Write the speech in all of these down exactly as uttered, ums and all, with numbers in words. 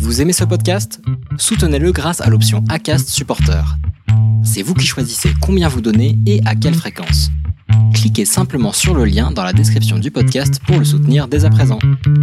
Vous aimez ce podcast ? Soutenez-le grâce à l'option Acast Supporter. C'est vous qui choisissez combien vous donnez et à quelle fréquence. Cliquez simplement sur le lien dans la description du podcast pour le soutenir dès à présent.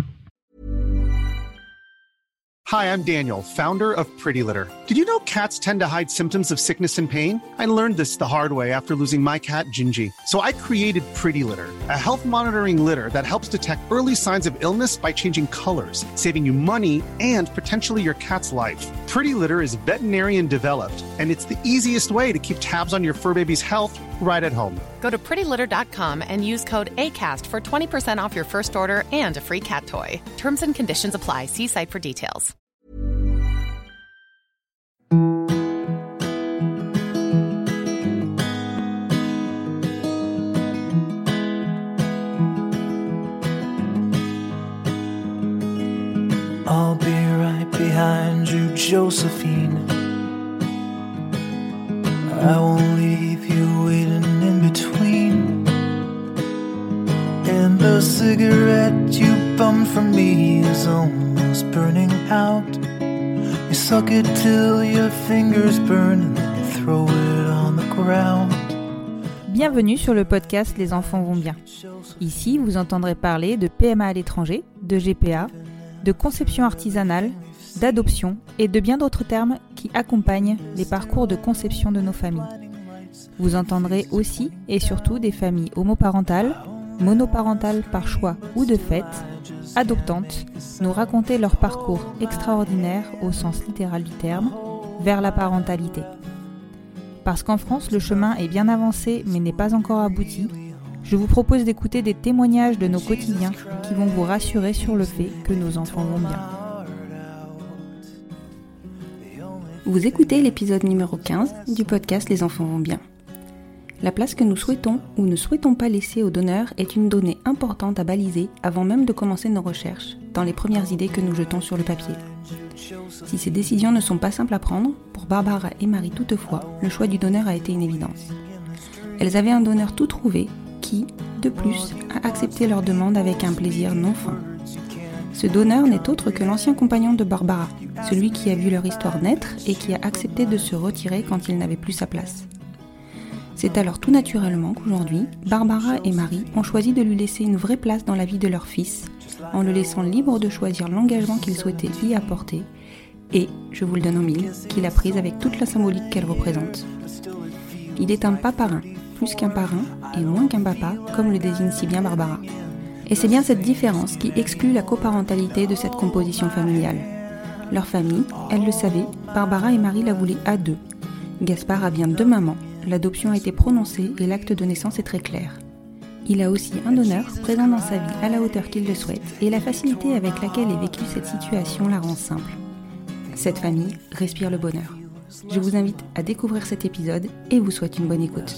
Hi, I'm Daniel, founder of Pretty Litter. Did you know cats tend to hide symptoms of sickness and pain? I learned this the hard way after losing my cat, Gingy. So I created Pretty Litter, a health monitoring litter that helps detect early signs of illness by changing colors, saving you money and potentially your cat's life. Pretty Litter is veterinarian developed, and it's the easiest way to keep tabs on your fur baby's health right at home. Go to pretty litter dot com and use code ACAST for twenty percent off your first order and a free cat toy. Terms and conditions apply. See site for details. I'll be right behind you, Josephine. I won't leave you waiting in between. And the cigarette you bummed from me is almost burning out. You suck it till your fingers burn and then you throw it on the ground. Bienvenue sur le podcast Les enfants vont bien. Ici, vous entendrez parler de P M A à l'étranger, de G P A, de conception artisanale, d'adoption et de bien d'autres termes qui accompagnent les parcours de conception de nos familles. Vous entendrez aussi et surtout des familles homoparentales, monoparentales par choix ou de fait, adoptantes, nous raconter leur parcours extraordinaire au sens littéral du terme, vers la parentalité. Parce qu'en France, le chemin est bien avancé mais n'est pas encore abouti, je vous propose d'écouter des témoignages de nos quotidiens qui vont vous rassurer sur le fait que nos enfants vont bien. Vous écoutez l'épisode numéro quinze du podcast Les enfants vont bien. La place que nous souhaitons ou ne souhaitons pas laisser aux donneurs est une donnée importante à baliser avant même de commencer nos recherches, dans les premières idées que nous jetons sur le papier. Si ces décisions ne sont pas simples à prendre, pour Barbara et Marie toutefois, le choix du donneur a été une évidence. Elles avaient un donneur tout trouvé qui, de plus, a accepté leur demande avec un plaisir non fin. Ce donneur n'est autre que l'ancien compagnon de Barbara, celui qui a vu leur histoire naître et qui a accepté de se retirer quand il n'avait plus sa place. C'est alors tout naturellement qu'aujourd'hui, Barbara et Marie ont choisi de lui laisser une vraie place dans la vie de leur fils, en le laissant libre de choisir l'engagement qu'il souhaitait y apporter, et, je vous le donne en mille, qu'il a prise avec toute la symbolique qu'elle représente. Il est un paparin, plus qu'un parrain et moins qu'un papa, comme le désigne si bien Barbara. Et c'est bien cette différence qui exclut la coparentalité de cette composition familiale. Leur famille, elle le savait, Barbara et Marie la voulaient à deux. Gaspard a bien deux mamans, l'adoption a été prononcée et l'acte de naissance est très clair. Il a aussi un donneur présent dans sa vie à la hauteur qu'il le souhaite et la facilité avec laquelle est vécue cette situation la rend simple. Cette famille respire le bonheur. Je vous invite à découvrir cet épisode et vous souhaite une bonne écoute.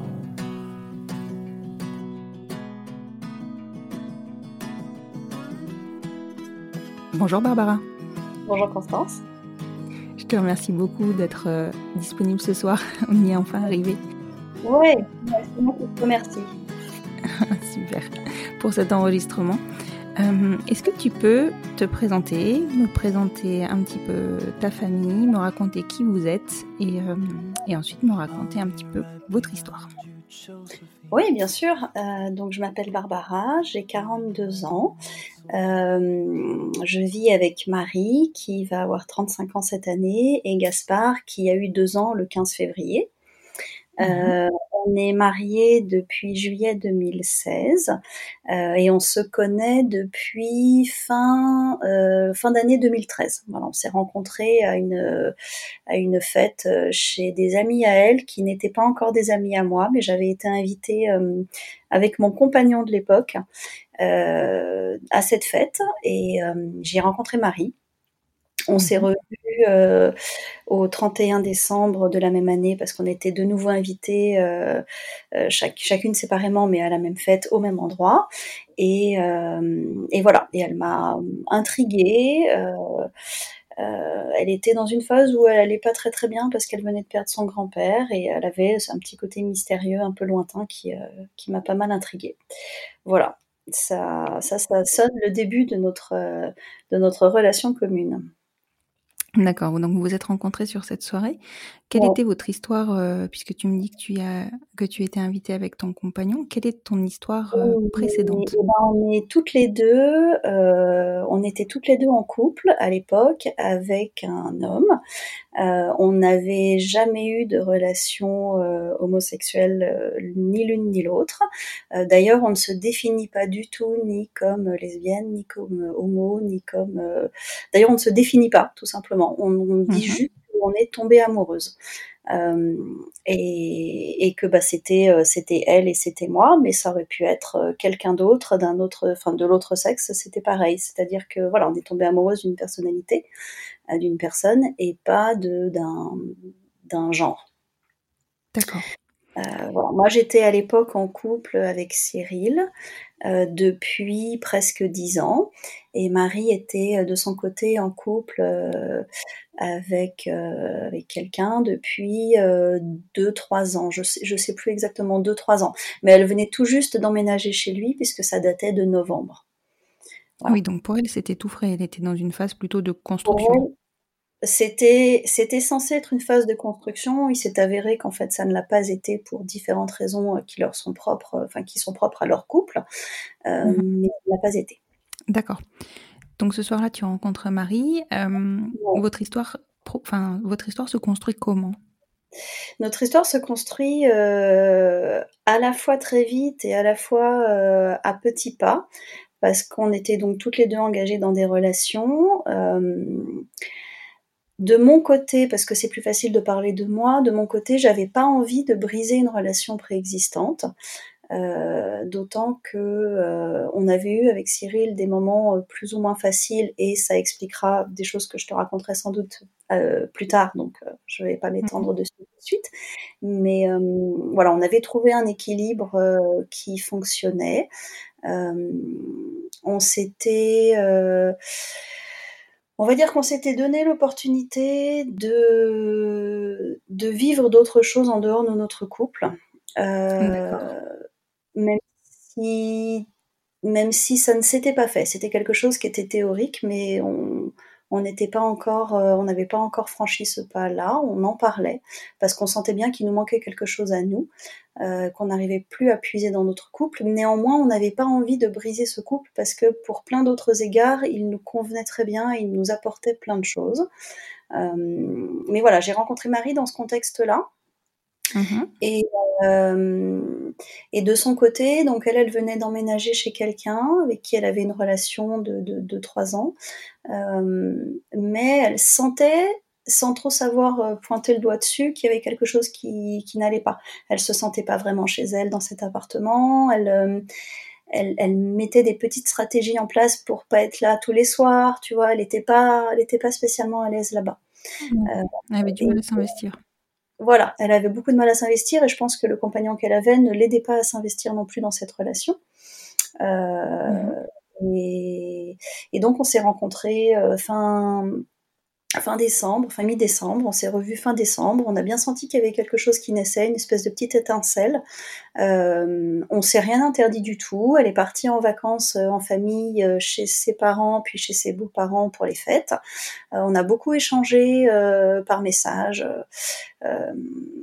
Bonjour Barbara. Bonjour Constance. Je te remercie beaucoup d'être euh, disponible ce soir. On y est enfin arrivé. Oui, c'est moi qui te remercie. Super. Pour cet enregistrement. Euh, est-ce que tu peux te présenter, me présenter un petit peu ta famille, me raconter qui vous êtes et, euh, et ensuite me raconter un petit peu votre histoire? Oui, bien sûr. Euh, donc, je m'appelle Barbara, j'ai quarante-deux ans. Euh, je vis avec Marie, qui va avoir trente-cinq ans cette année, et Gaspard, qui a eu deux ans le quinze février. Euh, on est mariés depuis juillet deux mille seize euh, et on se connaît depuis fin euh, fin d'année deux mille treize. Voilà, on s'est rencontrés à une à une fête chez des amis à elle qui n'étaient pas encore des amis à moi, mais j'avais été invitée euh, avec mon compagnon de l'époque euh, à cette fête et euh, j'ai rencontré Marie. On s'est revus euh, au trente et un décembre de la même année parce qu'on était de nouveau invités, euh, euh, chaque, chacune séparément, mais à la même fête, au même endroit. Et, euh, et voilà, et elle m'a intriguée. Euh, euh, elle était dans une phase où elle allait pas très très bien parce qu'elle venait de perdre son grand-père et elle avait un petit côté mystérieux, un peu lointain qui, euh, qui m'a pas mal intriguée. Voilà, ça, ça, ça sonne le début de notre, euh, de notre relation commune. D'accord, donc vous vous êtes rencontrés sur cette soirée. Quelle Ouais. était votre histoire, euh, puisque tu me dis que tu, as, que tu étais invitée avec ton compagnon, quelle est ton histoire euh, Et, précédente? et ben, on est toutes les deux, euh, on était toutes les deux en couple à l'époque avec un homme. Euh, on n'avait jamais eu de relation euh, homosexuelle, euh, ni l'une ni l'autre. Euh, d'ailleurs, on ne se définit pas du tout ni comme lesbienne, ni comme homo, ni comme... euh, D'ailleurs, on ne se définit pas, tout simplement. On, on dit Mhm. juste qu'on est tombé amoureuse. Euh, et, et que bah, c'était, euh, c'était elle et c'était moi, mais ça aurait pu être euh, quelqu'un d'autre, d'un autre, enfin de l'autre sexe, c'était pareil. C'est-à-dire que voilà, on est tombé amoureuse d'une personnalité, euh, d'une personne, et pas de, d'un, d'un genre. D'accord. Euh, voilà. Moi, j'étais à l'époque en couple avec Cyril euh, depuis presque dix ans, et Marie était euh, de son côté en couple euh, avec, euh, avec quelqu'un depuis euh, deux trois ans. Je sais, je sais plus exactement deux trois ans, mais elle venait tout juste d'emménager chez lui puisque ça datait de novembre. Voilà. Oui, donc pour elle, c'était tout frais. Elle était dans une phase plutôt de Pour construction. elle, C'était, c'était censé être une phase de construction. Il s'est avéré qu'en fait, ça ne l'a pas été pour différentes raisons euh, qui leur sont propres, euh, enfin qui sont propres à leur couple, euh, Mhm. mais ça ne l'a pas été. D'accord. Donc ce soir-là, tu rencontres Marie. Euh, Ouais. votre histoire, pro- enfin, votre histoire se construit comment? Notre histoire se construit euh, à la fois très vite et à la fois euh, à petits pas, parce qu'on était donc toutes les deux engagées dans des relations. Euh, de mon côté, parce que c'est plus facile de parler de moi, de mon côté, j'avais pas envie de briser une relation préexistante. Euh, d'autant que euh, on avait eu avec Cyril des moments euh, plus ou moins faciles, et ça expliquera des choses que je te raconterai sans doute euh, plus tard, donc euh, je vais pas Mhm. m'étendre dessus tout de suite. Mais euh, voilà, on avait trouvé un équilibre euh, qui fonctionnait. Euh, on s'était, euh, on va dire qu'on s'était donné l'opportunité de de vivre d'autres choses en dehors de notre couple. D'accord. Euh, même si, même si ça ne s'était pas fait. C'était quelque chose qui était théorique, mais on on n'était pas encore, euh, on n'avait pas encore franchi ce pas-là. On en parlait parce qu'on sentait bien qu'il nous manquait quelque chose à nous, euh, qu'on n'arrivait plus à puiser dans notre couple. Néanmoins, on n'avait pas envie de briser ce couple parce que pour plein d'autres égards, il nous convenait très bien, il nous apportait plein de choses. Euh, mais voilà, j'ai rencontré Marie dans ce contexte-là. Mhm. Et, euh, et de son côté, donc elle, elle venait d'emménager chez quelqu'un avec qui elle avait une relation de, de, de trois ans. Euh, mais elle sentait, sans trop savoir euh, pointer le doigt dessus, qu'il y avait quelque chose qui, qui n'allait pas. Elle se sentait pas vraiment chez elle dans cet appartement. Elle, euh, elle, elle mettait des petites stratégies en place pour pas être là tous les soirs, tu vois. Elle était pas, elle était pas spécialement à l'aise là-bas. Mhm. Euh, Elle avait du et mal à s'investir. voilà, elle avait beaucoup de mal à s'investir, et je pense que le compagnon qu'elle avait ne l'aidait pas à s'investir non plus dans cette relation. Euh, Mhm. et, et donc on s'est rencontrés euh, fin, fin décembre, fin mi-décembre, on s'est revus fin décembre, on a bien senti qu'il y avait quelque chose qui naissait, une espèce de petite étincelle. Euh, on s'est rien interdit du tout, elle est partie en vacances euh, en famille euh, chez ses parents, puis chez ses beaux-parents pour les fêtes. Euh, on a beaucoup échangé euh, par message. Euh,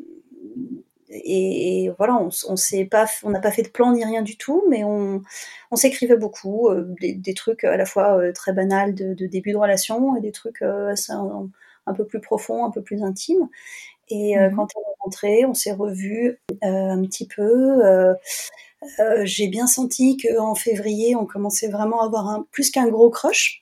et, et voilà, on, on s'est pas, on n'a pas fait de plan ni rien du tout, mais on, on s'écrivait beaucoup, euh, des, des trucs à la fois euh, très banals de, de début de relation, et des trucs euh, assez, un, un peu plus profonds, un peu plus intimes. Et euh, Mhm. quand elle est rentrée, on s'est revus euh, un petit peu. Euh, euh, j'ai bien senti qu'en février, on commençait vraiment à avoir un, plus qu'un gros crush.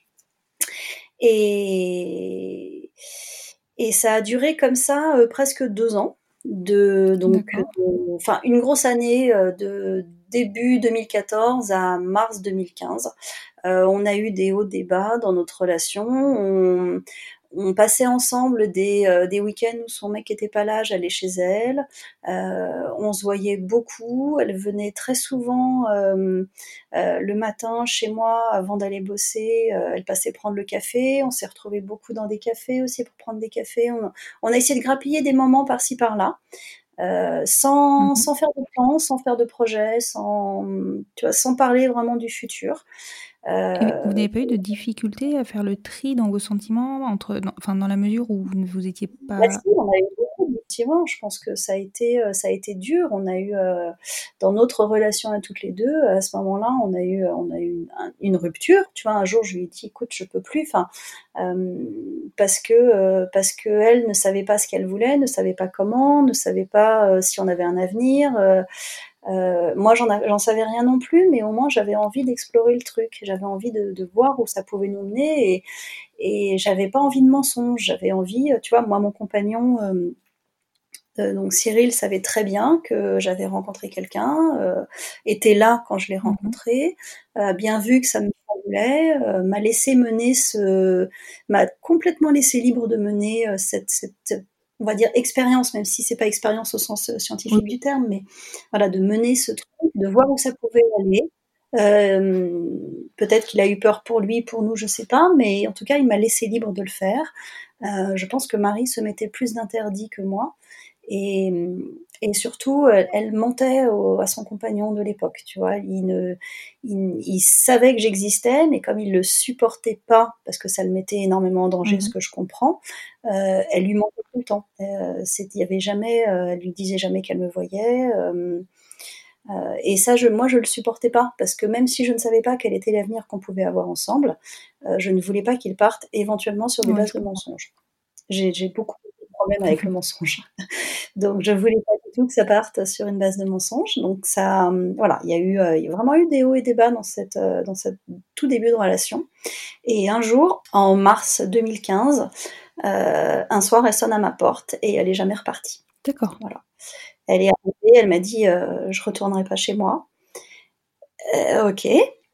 Et, et ça a duré comme ça euh, presque deux ans. De, donc, euh, D'accord. enfin, une grosse année euh, de début deux mille quatorze à mars deux mille quinze. Euh, on a eu des hauts, des bas dans notre relation. On, on passait ensemble des, euh, des week-ends où son mec était pas là, j'allais chez elle. Euh, on se voyait beaucoup. Elle venait très souvent euh, euh, le matin chez moi avant d'aller bosser. Euh, elle passait prendre le café. On s'est retrouvés beaucoup dans des cafés aussi pour prendre des cafés. On, on a essayé de grappiller des moments par-ci par-là. Euh, sans, Mhm. sans faire de plan, sans faire de projet, sans, tu vois, sans parler vraiment du futur. Euh, Et vous n'avez pas eu de difficulté à faire le tri dans vos sentiments, entre, dans, enfin, dans la mesure où vous ne vous étiez pas... Bah si, on a eu beaucoup, effectivement. Je pense que ça a été, euh, ça a été dur. On a eu, euh, dans notre relation à toutes les deux, à ce moment-là, on a eu, on a eu une, un- une rupture. Tu vois, un jour, je lui ai dit, écoute, je peux plus. Enfin, euh, parce que, euh, parce que elle ne savait pas ce qu'elle voulait, ne savait pas comment, ne savait pas euh, si on avait un avenir. euh, Euh, moi, j'en, av- j'en savais rien non plus, mais au moins j'avais envie d'explorer le truc. J'avais envie de, de voir où ça pouvait nous mener, et, et j'avais pas envie de mensonges. J'avais envie, euh, tu vois, moi, mon compagnon, euh, euh, donc Cyril, savait très bien que j'avais rencontré quelqu'un, euh, était là quand je l'ai Mhm. rencontré, a bien vu que ça me semblait, euh, m'a laissé mener ce, m'a complètement laissé libre de mener euh, cette, cette, on va dire expérience, même si c'est pas expérience au sens euh, scientifique Oui. du terme, mais voilà, de mener ce truc, de voir où ça pouvait aller. Euh, peut-être qu'il a eu peur pour lui, pour nous, je sais pas, mais en tout cas, il m'a laissé libre de le faire. Euh, je pense que Marie se mettait plus d'interdits que moi. Et, et surtout, elle, elle mentait au, à son compagnon de l'époque, tu vois. Il, ne, il, il savait que j'existais, mais comme il le supportait pas, parce que ça le mettait énormément en danger, Mhm. ce que je comprends, euh, elle lui mentait tout le temps. Euh, c'est, il y avait jamais, euh, elle lui disait jamais qu'elle me voyait. Euh, euh, et ça, je, moi, je le supportais pas, parce que même si je ne savais pas quel était l'avenir qu'on pouvait avoir ensemble, euh, je ne voulais pas qu'il parte éventuellement sur des Ouais, bases je de comprends. mensonges. J'ai, j'ai beaucoup de problèmes avec le mensonge. Donc je voulais pas du tout que ça parte sur une base de mensonges. Donc ça, euh, voilà, il y a eu, euh, il y a vraiment eu des hauts et des bas dans cette, euh, dans cette tout début de relation. Et un jour, en mars deux mille quinze, euh, un soir, elle sonne à ma porte et elle est jamais repartie. D'accord. Voilà. Elle est arrivée, elle m'a dit, euh, je retournerai pas chez moi. Euh, ok.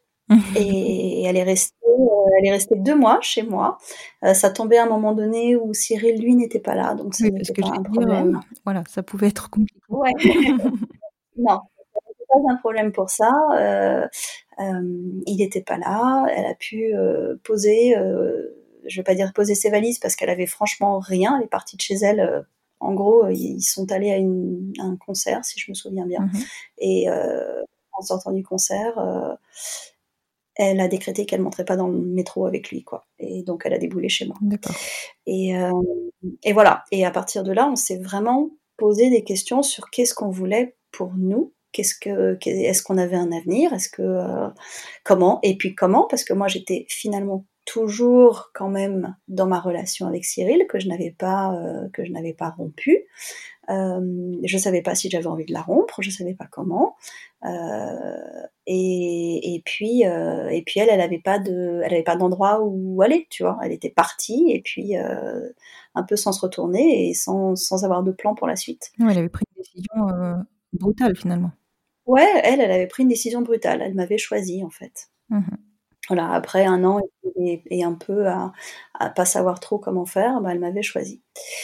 Et elle est restée, euh, elle est restée deux mois chez moi. Euh, ça tombait à un moment donné où Cyril, lui, n'était pas là, donc ça Oui, parce n'était que pas un j'allais dire, problème. euh, voilà, ça pouvait être compliqué. Ouais. Non, c'était pas un problème pour ça. Euh, euh, il n'était pas là. Elle a pu euh, poser, euh, je vais pas dire poser ses valises parce qu'elle avait franchement rien. Elle est partie de chez elle. Euh, en gros, ils sont allés à, une, à un concert, si je me souviens bien. Mhm. Et euh, en sortant du concert, euh, elle a décrété qu'elle ne monterait pas dans le métro avec lui, quoi. Et donc, elle a déboulé chez moi. D'accord. Et, euh, et voilà. Et à partir de là, on s'est vraiment posé des questions sur qu'est-ce qu'on voulait pour nous. Qu'est-ce que, est-ce qu'on avait un avenir? Est-ce que, euh, comment? Et puis comment? Parce que moi, j'étais finalement toujours quand même dans ma relation avec Cyril, que je n'avais pas, euh, que je n'avais pas rompu. Euh, je savais pas si j'avais envie de la rompre, je savais pas comment. Euh, et, et puis, euh, et puis elle, elle avait pas de, elle avait pas d'endroit où aller, tu vois. Elle était partie et puis euh, un peu sans se retourner et sans, sans avoir de plan pour la suite. Ouais, elle avait pris une décision euh, brutale finalement. Ouais, elle, elle avait pris une décision brutale. Elle m'avait choisie en fait. Mhm. Voilà, après un an et, et un peu à, à pas savoir trop comment faire, bah, elle m'avait choisie.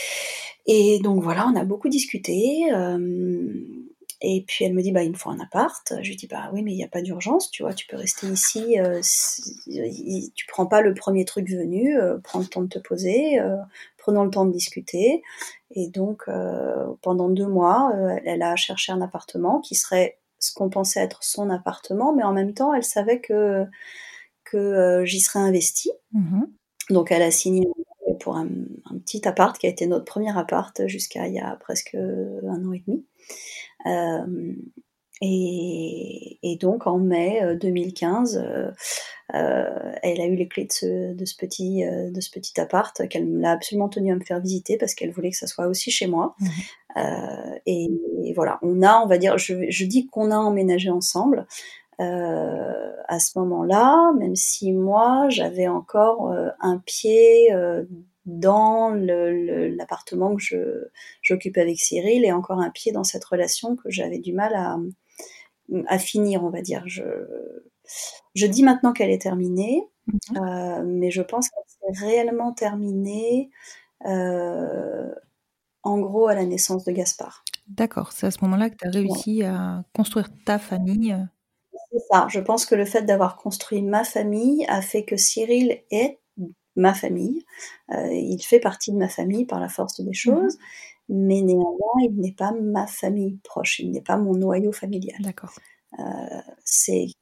Et donc voilà, on a beaucoup discuté. Euh, et puis elle me dit, bah, il me faut un appart. Je lui dis, bah oui, mais il n'y a pas d'urgence, tu vois, tu peux rester ici. Euh, si, tu prends pas le premier truc venu, euh, prends le temps de te poser, euh, prenons le temps de discuter. Et donc euh, pendant deux mois, euh, elle a cherché un appartement qui serait ce qu'on pensait être son appartement, mais en même temps, elle savait que, que euh, j'y serais investie. Mhm. Donc elle a signé pour un, un petit appart qui a été notre premier appart jusqu'à il y a presque un an et demi. Euh, et, et donc en mai deux mille quinze, euh, euh, elle a eu les clés de ce, de ce petit, euh, de ce petit appart qu'elle l'a absolument tenu à me faire visiter parce qu'elle voulait que ça soit aussi chez moi. Mhm. Euh, et, et voilà, on a, on va dire, je, je dis qu'on a emménagé ensemble. Euh, à ce moment-là, même si moi j'avais encore euh, un pied euh, dans le, le, l'appartement que je, j'occupais avec Cyril et encore un pied dans cette relation que j'avais du mal à, à finir, on va dire. Je, je dis maintenant qu'elle est terminée, Mhm. euh, mais je pense qu'elle s'est réellement terminée euh, en gros à la naissance de Gaspard. D'accord, c'est à ce moment-là que tu as réussi ouais. à construire ta famille. C'est ça, je pense que le fait d'avoir construit ma famille a fait que Cyril est ma famille. Euh, il fait partie de ma famille par la force des choses, mmh. mais néanmoins, il n'est pas ma famille proche, il n'est pas mon noyau familial. D'accord. Euh, c'est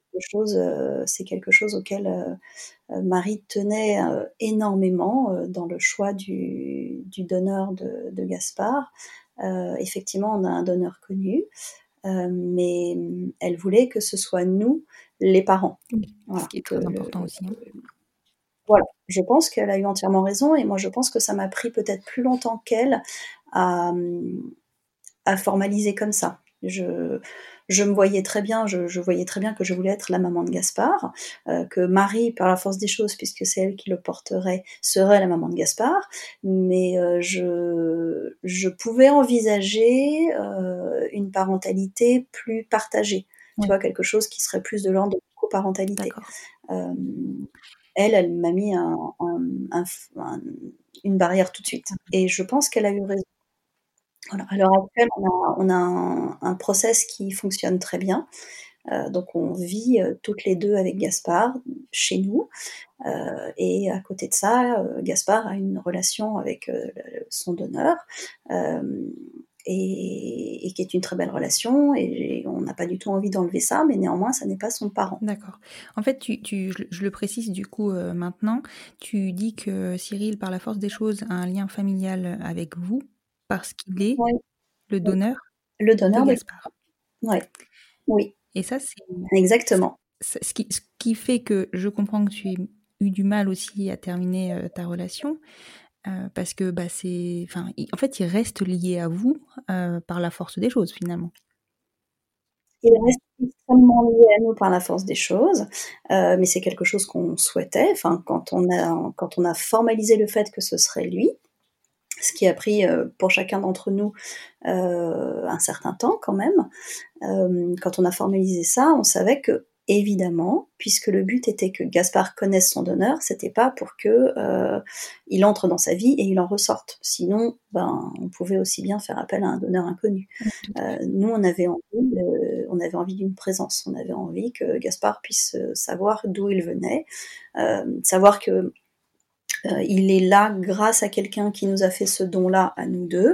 quelque chose, heu, c'est quelque chose auquel, heu heu, Marie tenait, heu, énormément, heu, dans le choix du du donneur de de Gaspard. Heu, effectivement, on a un donneur connu, heu, mais mmh, elle voulait que ce soit nous, les parents. Oui, ce Voilà, qui est que très important aussi, hein. voilà, je pense qu'elle a eu entièrement raison et moi je pense que ça m'a pris peut-être plus longtemps qu'elle à, mmh, à formaliser comme ça. Je je me voyais très bien, je je voyais très bien que je voulais être la maman de Gaspard, heu, que Marie, par la force des choses, puisque c'est elle qui le porterait, serait la maman de Gaspard. Mais, heu, je je pouvais envisager, heu, une parentalité plus partagée. Tu Oui, vois? Quelque chose qui serait plus de l'ordre de coparentalité. d'accord. Hem, elle, elle m'a mis un un un f un une barrière tout de suite et je pense qu'elle a eu raison. Voilà, à l'heure actuelle, on a on a un un process qui fonctionne très bien. Heu, donc on vit, heu, toutes les deux avec Gaspard, chez nous, heu et à côté de ça, heu, Gaspard a une relation avec, heu, le son donneur, hem et et qui est une très belle relation et on n'a pas du tout envie d'enlever ça, mais néanmoins, ça n'est pas son parent. D'accord. En fait, tu tu je le je le précise du coup, heu, maintenant, tu dis que Cyril, par la force des choses, a un lien familial avec vous parce qu'il est Oui, le oui, donneur le de donneur de Gaspard. ouais, oui, Et ça, c'est ça exactement. ça ce qui ce qui fait que je comprends que tu aies eu du mal aussi à terminer, heu, ta relation, heu, parce que, bah, c'est enfin, i en fait, il reste lié à vous, heu, par la force des choses, finalement. Il reste extrêmement lié à nous par la force des choses, heu, mais c'est quelque chose qu'on souhaitait. Enfin, quand on a quand on a formalisé le fait que ce serait lui, ce qui a pris, heu, pour chacun d'entre nous, heu, un certain temps quand même. Hem, quand on a formalisé ça, on savait qu'évidemment, puisque le but était que Gaspard connaisse son donneur, c'était pas pour que, heu, il entre dans sa vie et il en ressorte. Sinon, ben, on pouvait aussi bien faire appel à un donneur inconnu. Oui, tout à Heu, fait. nous, on avait envie, heu, on avait envie d'une présence. On avait envie que Gaspard puisse, heu, savoir d'où il venait, hem, savoir que, heu, il est là grâce à quelqu'un qui nous a fait ce don-là à nous deux,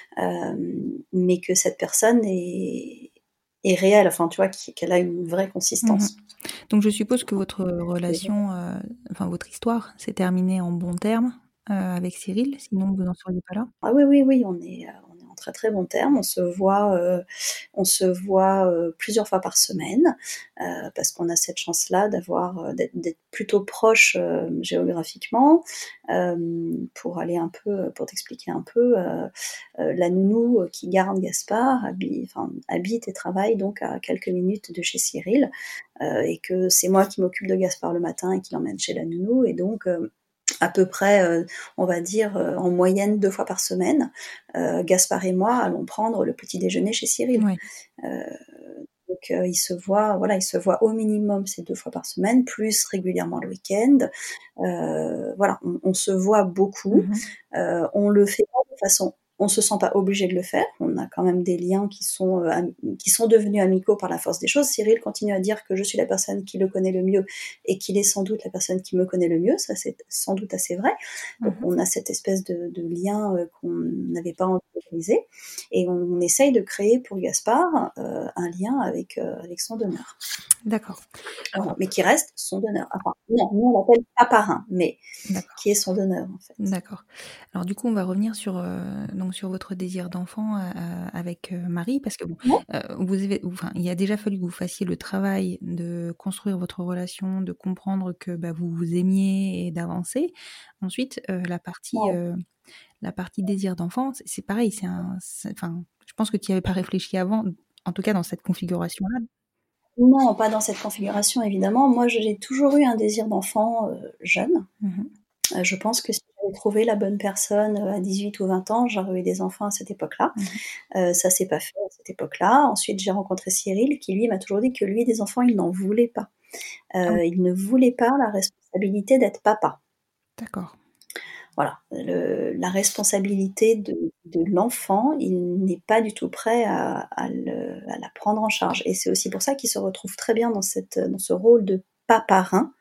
hem, mais que cette personne est est réelle, enfin, tu vois, qui qu'elle a une vraie Mmh. consistance. Donc je suppose que votre relation, heu, enfin votre histoire s'est terminée en bons termes, heu, avec Cyril, sinon vous n'en seriez pas là? Ah oui, oui, oui, on est, heu, on est en très, très bons termes. On se voit, heu, on se voit, heu, plusieurs fois par semaine, heu, parce qu'on a cette chance-là d'avoir, heu, d'être d'être plutôt proches, heu, géographiquement. Hem, pour aller un peu, pour t'expliquer un peu, heu heu, la nounou, heu, qui garde Gaspard habi enfin, habite et travaille donc à quelques minutes de chez Cyril, heu et que c'est moi qui m'occupe de Gaspard le matin et qui l'emmène chez la nounou et donc, heu, à peu près, heu, on va dire, heu, en moyenne deux fois par semaine, heu, Gaspard et moi allons prendre le petit déjeuner chez Cyril. Ouais. Heu, donc heu, ils se voient, voilà, ils se voient au minimum ces deux fois par semaine, plus régulièrement le week-end. Heu, voilà, on on se voit beaucoup. Mmh. Heu, on le fait pas de façon on se sent pas obligé de le faire. On a quand même des liens qui sont, heu, am qui sont devenus amicaux par la force des choses. Cyril continue à dire que je suis la personne qui le connaît le mieux et qu'il est sans doute la personne qui me connaît le mieux. Ça, c'est sans doute assez vrai. Donc Mmh. on a cette espèce de de lien, heu, qu'on n'avait pas envie de briser et on on essaye de créer pour Gaspard, heu, un lien avec, heu, avec son donneur. D'accord. Voilà, Alors mais qui reste son donneur. Enfin, non, nous on l'appelle pas parrain, mais d'accord, qui est son donneur, en fait. d'accord. Alors du coup, on va revenir sur, heu, donc sur votre désir d'enfant, heu, heu, avec, heu, Marie parce que bon, Ouais, heu, vous avez enfin, il a déjà fallu que vous fassiez le travail de construire votre relation, de comprendre que, bah, vous vous aimiez et d'avancer. Ensuite, heu, la partie, ouais. heu, la partie désir d'enfant, c'est c'est pareil, c'est un c'est enfin, je pense que tu y avais pas réfléchi avant, en tout cas dans cette configuration-là. Non, pas dans cette configuration, évidemment. Moi, j'ai toujours eu un désir d'enfant, heu, jeune. Mmh mh. Heu, je pense que si j'avais trouvé la bonne personne, heu, à dix-huit ou vingt ans, j'aurais eu des enfants à cette époque-là. Mmh. Heu, ça s'est pas fait à cette époque-là. Ensuite, j'ai rencontré Cyril qui, lui, m'a toujours dit que lui, des enfants, il n'en voulait pas. Ah oui, Heu, il ne voulait pas la responsabilité d'être papa. d'accord. Voilà, le la responsabilité de de l'enfant, il n'est pas du tout prêt à à le à la prendre en charge et c'est aussi pour ça qu'il se retrouve très bien dans cette, dans ce rôle de pas parrain,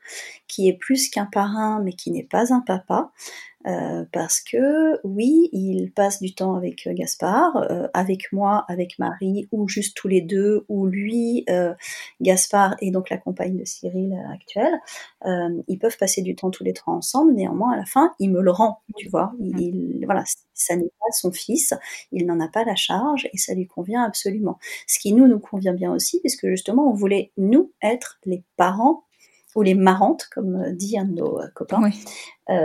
qui est plus qu'un parrain, mais qui n'est pas un papa. Euh, parce que oui, il passe du temps avec Gaspard, euh, avec moi, avec Marie, ou juste tous les deux, ou lui, euh, Gaspard et donc la compagne de Cyril euh, actuelle. Euh, ils peuvent passer du temps tous les trois ensemble. Néanmoins, à la fin, il me le rend, tu vois. Il, il, voilà, ça n'est pas son fils, il n'en a pas la charge et ça lui convient absolument. Ce qui nous nous convient bien aussi, puisque justement, on voulait nous être les parents ou les marrantes, comme dit un de nos copains. Oui. Euh,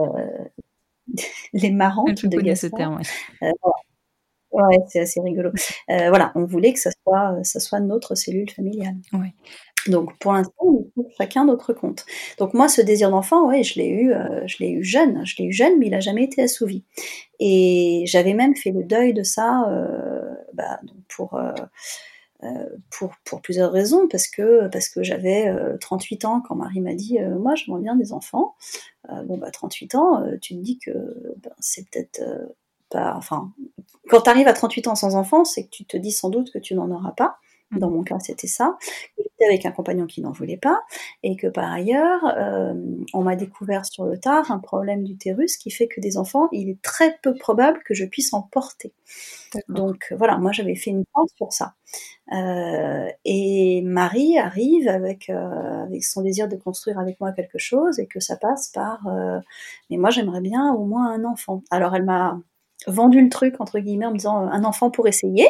les marrantes Je de connais Gaspard. ce terme, oui. Euh, voilà. Ouais, c'est assez rigolo. Euh, voilà, on voulait que ça soit, ça soit notre cellule familiale. Ouais. Donc pour l'instant, on trouve chacun notre compte. Donc moi, ce désir d'enfant, ouais, je l'ai eu, euh, je l'ai eu jeune, je l'ai eu jeune, mais il a jamais été assouvi. Et j'avais même fait le deuil de ça, euh, bah, donc pour. Euh, Euh, pour, pour plusieurs raisons, parce que, parce que j'avais euh, trente-huit ans quand Marie m'a dit euh, « moi j'aimerais bien des enfants euh, ». Bon bah trente-huit ans, euh, tu te dis que ben, c'est peut-être euh, pas... Enfin, quand tu arrives à trente-huit ans sans enfant, c'est que tu te dis sans doute que tu n'en auras pas. Dans mon cas, c'était ça. J'étais avec un compagnon qui n'en voulait pas, et que par ailleurs, euh, on m'a découvert sur le tard un problème d'utérus qui fait que des enfants, il est très peu probable que je puisse en porter. D'accord. Donc voilà, moi j'avais fait une pente sur ça. Euh, et Marie arrive avec, euh, avec son désir de construire avec moi quelque chose, et que ça passe par euh, mais moi j'aimerais bien au moins un enfant. Alors elle m'a vendu le truc entre guillemets en me disant un enfant pour essayer.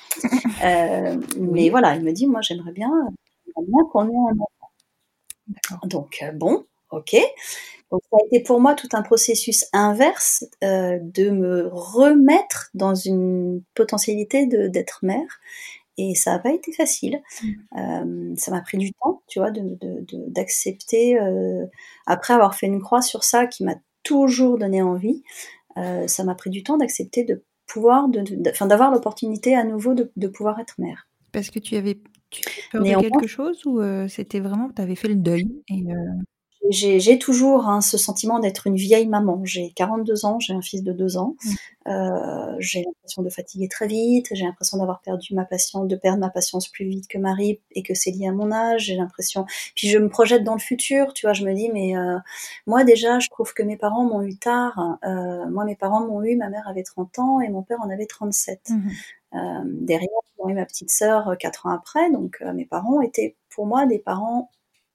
Euh, oui. Mais voilà, il me dit moi j'aimerais bien, j'aimerais bien qu'on ait un enfant. D'accord. Donc euh, bon, ok. Donc ça a été pour moi tout un processus inverse euh, de me remettre dans une potentialité de, d'être mère. Et ça n'a pas été facile. Mmh. Euh, ça m'a pris du temps, tu vois, de, de, de, d'accepter, euh, après avoir fait une croix sur ça qui m'a toujours donné envie, euh, ça m'a pris du temps d'accepter de pouvoir, de, de, de, d'avoir l'opportunité à nouveau de, de pouvoir être mère. Parce que tu avais, tu avais peur Néanmoins, de quelque chose ou euh, c'était vraiment, tu avais fait le deuil et euh... J'ai, j'ai toujours hein, ce sentiment d'être une vieille maman. J'ai quarante-deux ans, j'ai un fils de deux ans. Mmh. Euh, j'ai l'impression de fatiguer très vite. J'ai l'impression d'avoir perdu ma patience, de perdre ma patience plus vite que Marie et que c'est lié à mon âge. J'ai l'impression. Puis je me projette dans le futur, tu vois. Je me dis, mais euh, moi déjà, je trouve que mes parents m'ont eu tard. Euh, moi, mes parents m'ont eu. Ma mère avait trente ans et mon père en avait trente-sept. Mmh. Euh, derrière, j'ai eu ma petite sœur quatre ans après. Donc, euh, mes parents étaient pour moi des parents.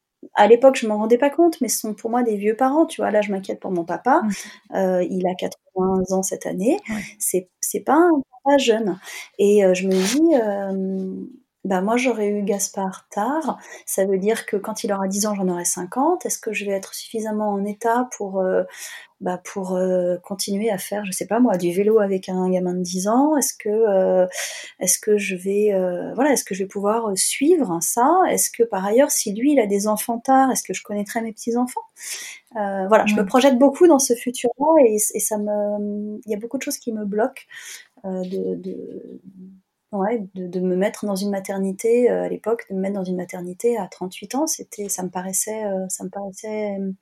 À l'époque, je m'en rendais pas compte, mais ce sont pour moi des vieux parents, tu vois. Là, je m'inquiète pour mon papa. Mmh. Euh, il a quatre-vingts ans cette année. Ouais. C'est, c'est pas un papa jeune. Et euh, je me dis, euh, bah, moi, j'aurais eu Gaspard tard. Ça veut dire que quand il aura dix ans, j'en aurai cinquante. Est-ce que je vais être suffisamment en état pour, euh, bah, pour euh, continuer à faire, je sais pas moi, du vélo avec un gamin de dix ans? Est-ce que, euh, est-ce que je vais, euh, voilà, est-ce que je vais pouvoir suivre ça? Est-ce que par ailleurs, si lui, il a des enfants tard, est-ce que je connaîtrai mes petits-enfants? euh, Voilà, ouais. Je me projette beaucoup dans ce futur-là et, et ça me, il y a beaucoup de choses qui me bloquent euh, de, de Ouais, de, de me mettre dans une maternité euh, à l'époque, de me mettre dans une maternité à trente-huit ans, c'était, ça me paraissait, euh, ça me paraissait euh,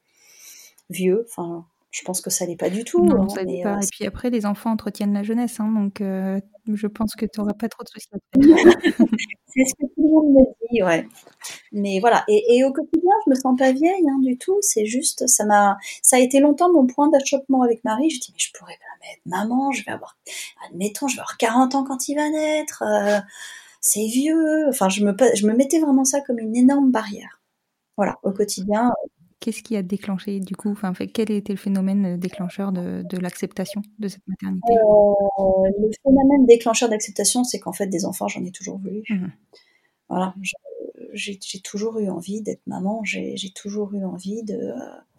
vieux. Enfin, je pense que ça l'est pas du tout. Non, hein, ça l'est mais, pas. euh, Et puis après, les enfants entretiennent la jeunesse, hein, donc euh, je pense que tu n'auras pas trop de soucis à faire. C'est ce que tout le monde me dit, ouais. Mais voilà, et, et au quotidien, je me sens pas vieille hein, du tout. C'est juste, ça m'a, ça a été longtemps mon point d'achoppement avec Marie. Je dis mais je pourrais pas mettre maman, je vais avoir, admettons, je vais avoir quarante ans quand il va naître. Euh, c'est vieux. Enfin, je me, je me mettais vraiment ça comme une énorme barrière. Voilà, au quotidien. Qu'est-ce qui a déclenché du coup, enfin, fait, quel était le phénomène déclencheur de, de l'acceptation de cette maternité? euh, Le phénomène déclencheur d'acceptation, c'est qu'en fait, des enfants, j'en ai toujours voulu. Mmh. Voilà, je, j'ai, j'ai toujours eu envie d'être maman, j'ai, j'ai toujours eu envie de...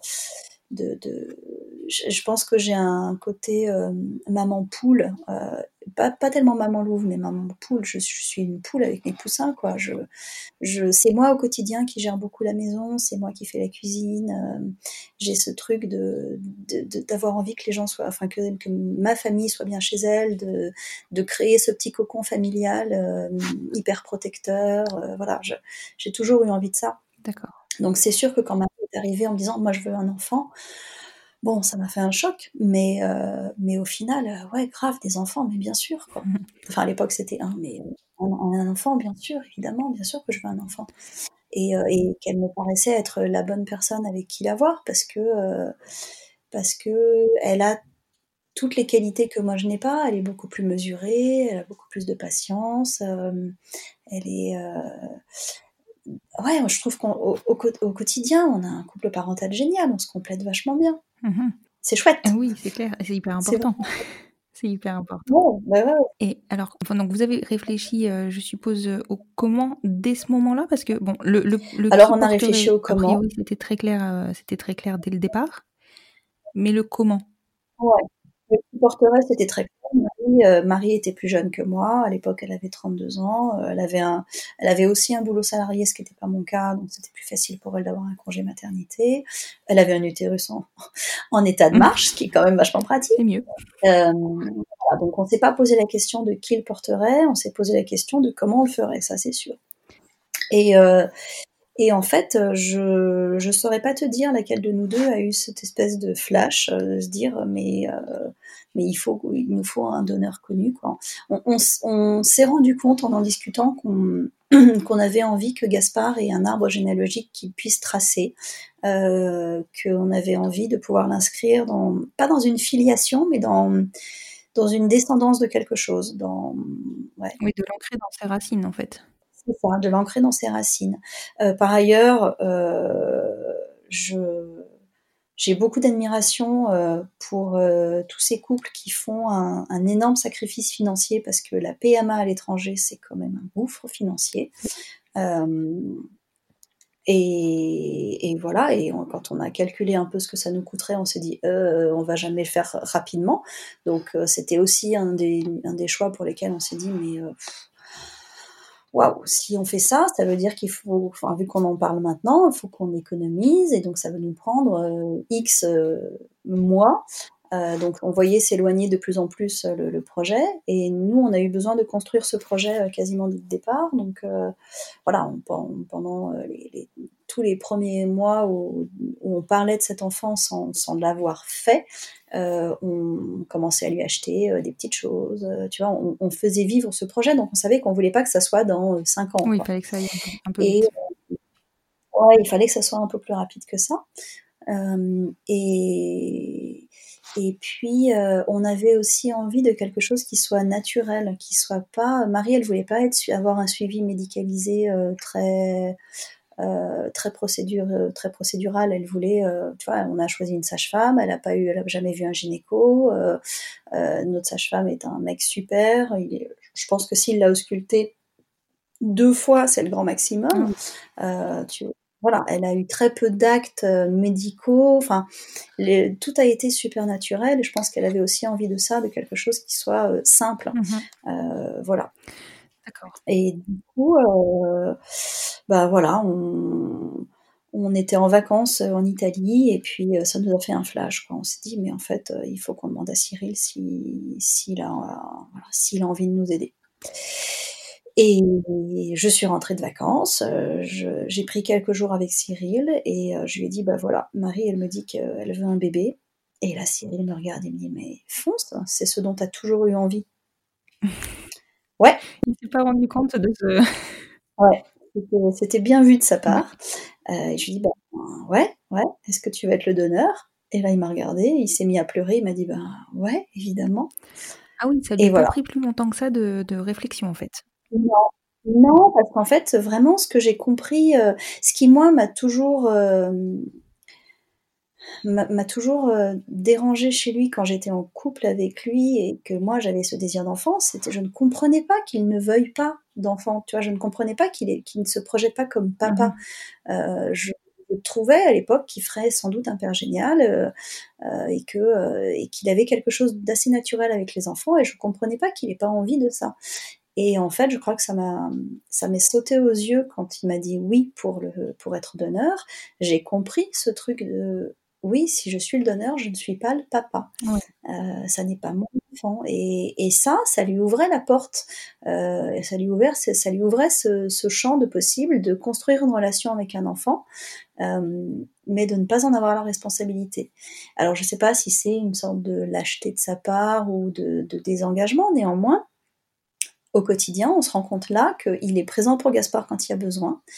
de, de je, je pense que j'ai un côté euh, maman poule, euh, pas, pas tellement maman louve, mais maman poule, je, je suis une poule avec mes poussins, quoi. Je, je, c'est moi au quotidien qui gère beaucoup la maison, c'est moi qui fais la cuisine, euh, j'ai ce truc de, de, de, d'avoir envie que les gens soient, enfin que, que ma famille soit bien chez elle, de, de créer ce petit cocon familial euh, hyper protecteur, euh, voilà, je, j'ai toujours eu envie de ça. D'accord. Donc c'est sûr que quand ma mère est arrivée en me disant « moi je veux un enfant », bon, ça m'a fait un choc, mais, euh, mais au final, euh, ouais, grave, des enfants, mais bien sûr, quoi. Enfin, à l'époque, c'était un, mais un, un enfant, bien sûr, évidemment, bien sûr que je veux un enfant. et, euh, et qu'elle me paraissait être la bonne personne avec qui l'avoir parce que euh, parce que elle a toutes les qualités que moi je n'ai pas. Elle est beaucoup plus mesurée, elle a beaucoup plus de patience, euh, elle est euh... ouais, moi je trouve qu'au au, au quotidien on a un couple parental génial, on se complète vachement bien. Mmh. C'est chouette. Ah oui, c'est clair, c'est hyper important. C'est, c'est hyper important. Ouais, bah ouais. Et alors, enfin, donc vous avez réfléchi, euh, je suppose, euh, au comment dès ce moment-là, parce que bon, le, le, le Alors qui on a réfléchi porterait, au a comment. priori, c'était très clair, euh, c'était très clair dès le départ, mais le comment. Ouais. Le qui porterait, c'était très clair. Marie, euh, Marie était plus jeune que moi. À l'époque, elle avait trente-deux ans. Euh, elle avait un, elle avait aussi un boulot salarié, ce qui n'était pas mon cas, donc c'était plus facile pour elle d'avoir un congé maternité. Elle avait un utérus en, en état de marche, ce qui est quand même vachement pratique. C'est mieux. Euh, voilà, donc on s'est pas posé la question de qui le porterait, on s'est posé la question de comment on le ferait, ça c'est sûr. Et euh, Et en fait, je je saurais pas te dire laquelle de nous deux a eu cette espèce de flash, euh, de se dire mais euh, mais il faut il nous faut un donneur connu quoi. On, on, on s'est rendu compte en en discutant qu'on qu'on avait envie que Gaspard ait un arbre généalogique qu'il puisse tracer, euh, qu'on avait envie de pouvoir l'inscrire dans pas dans une filiation mais dans dans une descendance de quelque chose, dans ouais. Oui, de l'ancrer dans ses racines en fait. C'est ça, de l'ancrer dans ses racines. Euh, par ailleurs, euh, je, j'ai beaucoup d'admiration euh, pour euh, tous ces couples qui font un, un énorme sacrifice financier parce que la P M A à l'étranger, c'est quand même un gouffre financier. Euh, et, et voilà, et on, quand on a calculé un peu ce que ça nous coûterait, on s'est dit euh, on va jamais le faire rapidement. Donc euh, c'était aussi un des, un des choix pour lesquels on s'est dit mais euh, waouh, si on fait ça, ça veut dire qu'il faut, enfin, vu qu'on en parle maintenant, il faut qu'on économise, et donc ça va nous prendre euh, X euh, mois. Euh, donc on voyait s'éloigner de plus en plus euh, le, le projet, et nous on a eu besoin de construire ce projet euh, quasiment dès le départ. Donc euh, voilà, on, on, pendant euh, les, les, tous les premiers mois où, où on parlait de cet enfant sans, sans l'avoir fait, euh, on commençait à lui acheter euh, des petites choses, euh, tu vois, on, on faisait vivre ce projet, donc on savait qu'on voulait pas que ça soit dans euh, cinq ans. Oui, quoi. il fallait que ça aille un peu, un peu Et vite. euh, ouais, il fallait que ça soit un peu plus rapide que ça. Euh, et, et puis, euh, on avait aussi envie de quelque chose qui soit naturel, qui soit pas... Marie, elle voulait pas être, avoir un suivi médicalisé euh, très... Euh, très, procédure, très procédural. Elle voulait, euh, tu vois, on a choisi une sage-femme, elle a pas eu, elle a jamais vu un gynéco. Euh, euh, notre sage-femme est un mec super. Il est, je pense que s'il l'a ausculté deux fois, c'est le grand maximum. Euh, tu, voilà, elle a eu très peu d'actes médicaux. Enfin, les, tout a été super naturel. Et je pense qu'elle avait aussi envie de ça, de quelque chose qui soit euh, simple. Mmh. Euh, voilà. D'accord. Et du coup, euh, bah voilà, on, on était en vacances en Italie et puis ça nous a fait un flash, quoi. On s'est dit, mais en fait, il faut qu'on demande à Cyril si, s'il a, voilà, s'il a envie de nous aider. Et je suis rentrée de vacances, je, j'ai pris quelques jours avec Cyril et je lui ai dit, bah voilà, Marie, elle me dit qu'elle veut un bébé. Et là, Cyril me regarde et me dit, mais fonce, c'est ce dont tu as toujours eu envie. Ouais. Il s'est pas rendu compte de ce... Ouais, c'était, c'était bien vu de sa part. Euh, et je lui dis, bah, ouais, ouais, est-ce que tu vas être le donneur? Et là, il m'a regardé, il s'est mis à pleurer, il m'a dit, bah, ouais, évidemment. Ah oui, ça lui et a voilà. pas pris plus longtemps que ça de, de réflexion, en fait. Non, non, parce qu'en fait, vraiment, ce que j'ai compris, euh, ce qui, moi, m'a toujours... Euh, m'a, m'a toujours euh, dérangé chez lui quand j'étais en couple avec lui et que moi j'avais ce désir d'enfant, c'était je ne comprenais pas qu'il ne veuille pas d'enfant, tu vois, je ne comprenais pas qu'il, est, qu'il ne se projette pas comme papa. Mmh. Euh, je, je trouvais à l'époque qu'il ferait sans doute un père génial euh, euh, et, que, euh, et qu'il avait quelque chose d'assez naturel avec les enfants et je ne comprenais pas qu'il n'ait pas envie de ça. Et en fait, je crois que ça m'a, ça m'est sauté aux yeux quand il m'a dit oui pour, le, pour être donneur. J'ai compris ce truc de oui, si je suis le donneur, je ne suis pas le papa. Ouais. Euh, ça n'est pas mon enfant. Et, et ça, ça lui ouvrait la porte. Euh, ça lui ouvrait, ça lui ouvrait ce, ce champ de possible de construire une relation avec un enfant, euh, mais de ne pas en avoir la responsabilité. Alors, je ne sais pas si c'est une sorte de lâcheté de sa part ou de, de désengagement, néanmoins, au quotidien, on se rend compte là qu'il est présent pour Gaspard quand il y a besoin.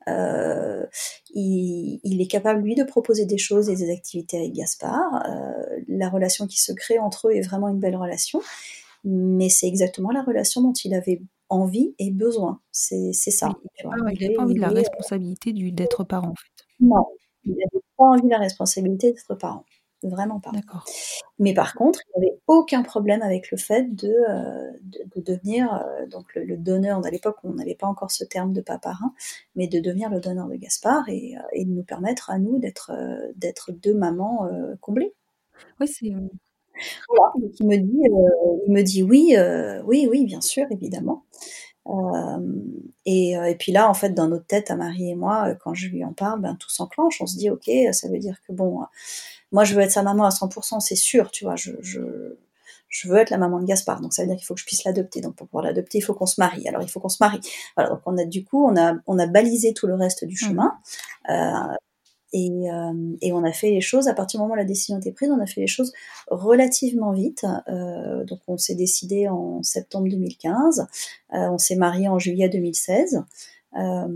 euh, il, il est capable, lui, de proposer des choses et des activités avec Gaspard. Euh, la relation qui se crée entre eux est vraiment une belle relation, mais c'est exactement la relation dont il avait envie et besoin. C'est, c'est ça. Oui, Tu il vois. n'avait Il est- pas envie de il la est- responsabilité du, d'être parent, en fait. Non, il n'avait pas envie de la responsabilité d'être parent. Vraiment pas. D'accord. Mais par contre, il n'avait aucun problème avec le fait de, euh, de, de devenir euh, donc le, le donneur. À l'époque, on n'avait pas encore ce terme de papa-parrain, mais de devenir le donneur de Gaspard et, euh, et de nous permettre à nous d'être, euh, d'être deux mamans euh, comblées. Oui, c'est... Voilà. Donc il me dit, euh, il me dit oui, euh, oui, oui, bien sûr, évidemment. Euh, et, euh, et puis là, en fait, dans notre tête, à Marie et moi, euh, quand je lui en parle, ben, tout s'enclenche. On se dit, ok, ça veut dire que bon, euh, moi, je veux être sa maman à cent pour cent, c'est sûr, tu vois. Je, je, je veux être la maman de Gaspard, donc ça veut dire qu'il faut que je puisse l'adopter. Donc pour pouvoir l'adopter, il faut qu'on se marie. Alors il faut qu'on se marie. Voilà, donc on a du coup, on a, on a balisé tout le reste du chemin. Mmh. Euh, Et, euh, et on a fait les choses, à partir du moment où la décision était prise, on a fait les choses relativement vite. Euh, donc on s'est décidé en septembre deux mille quinze, euh, on s'est marié en juillet deux mille seize, euh,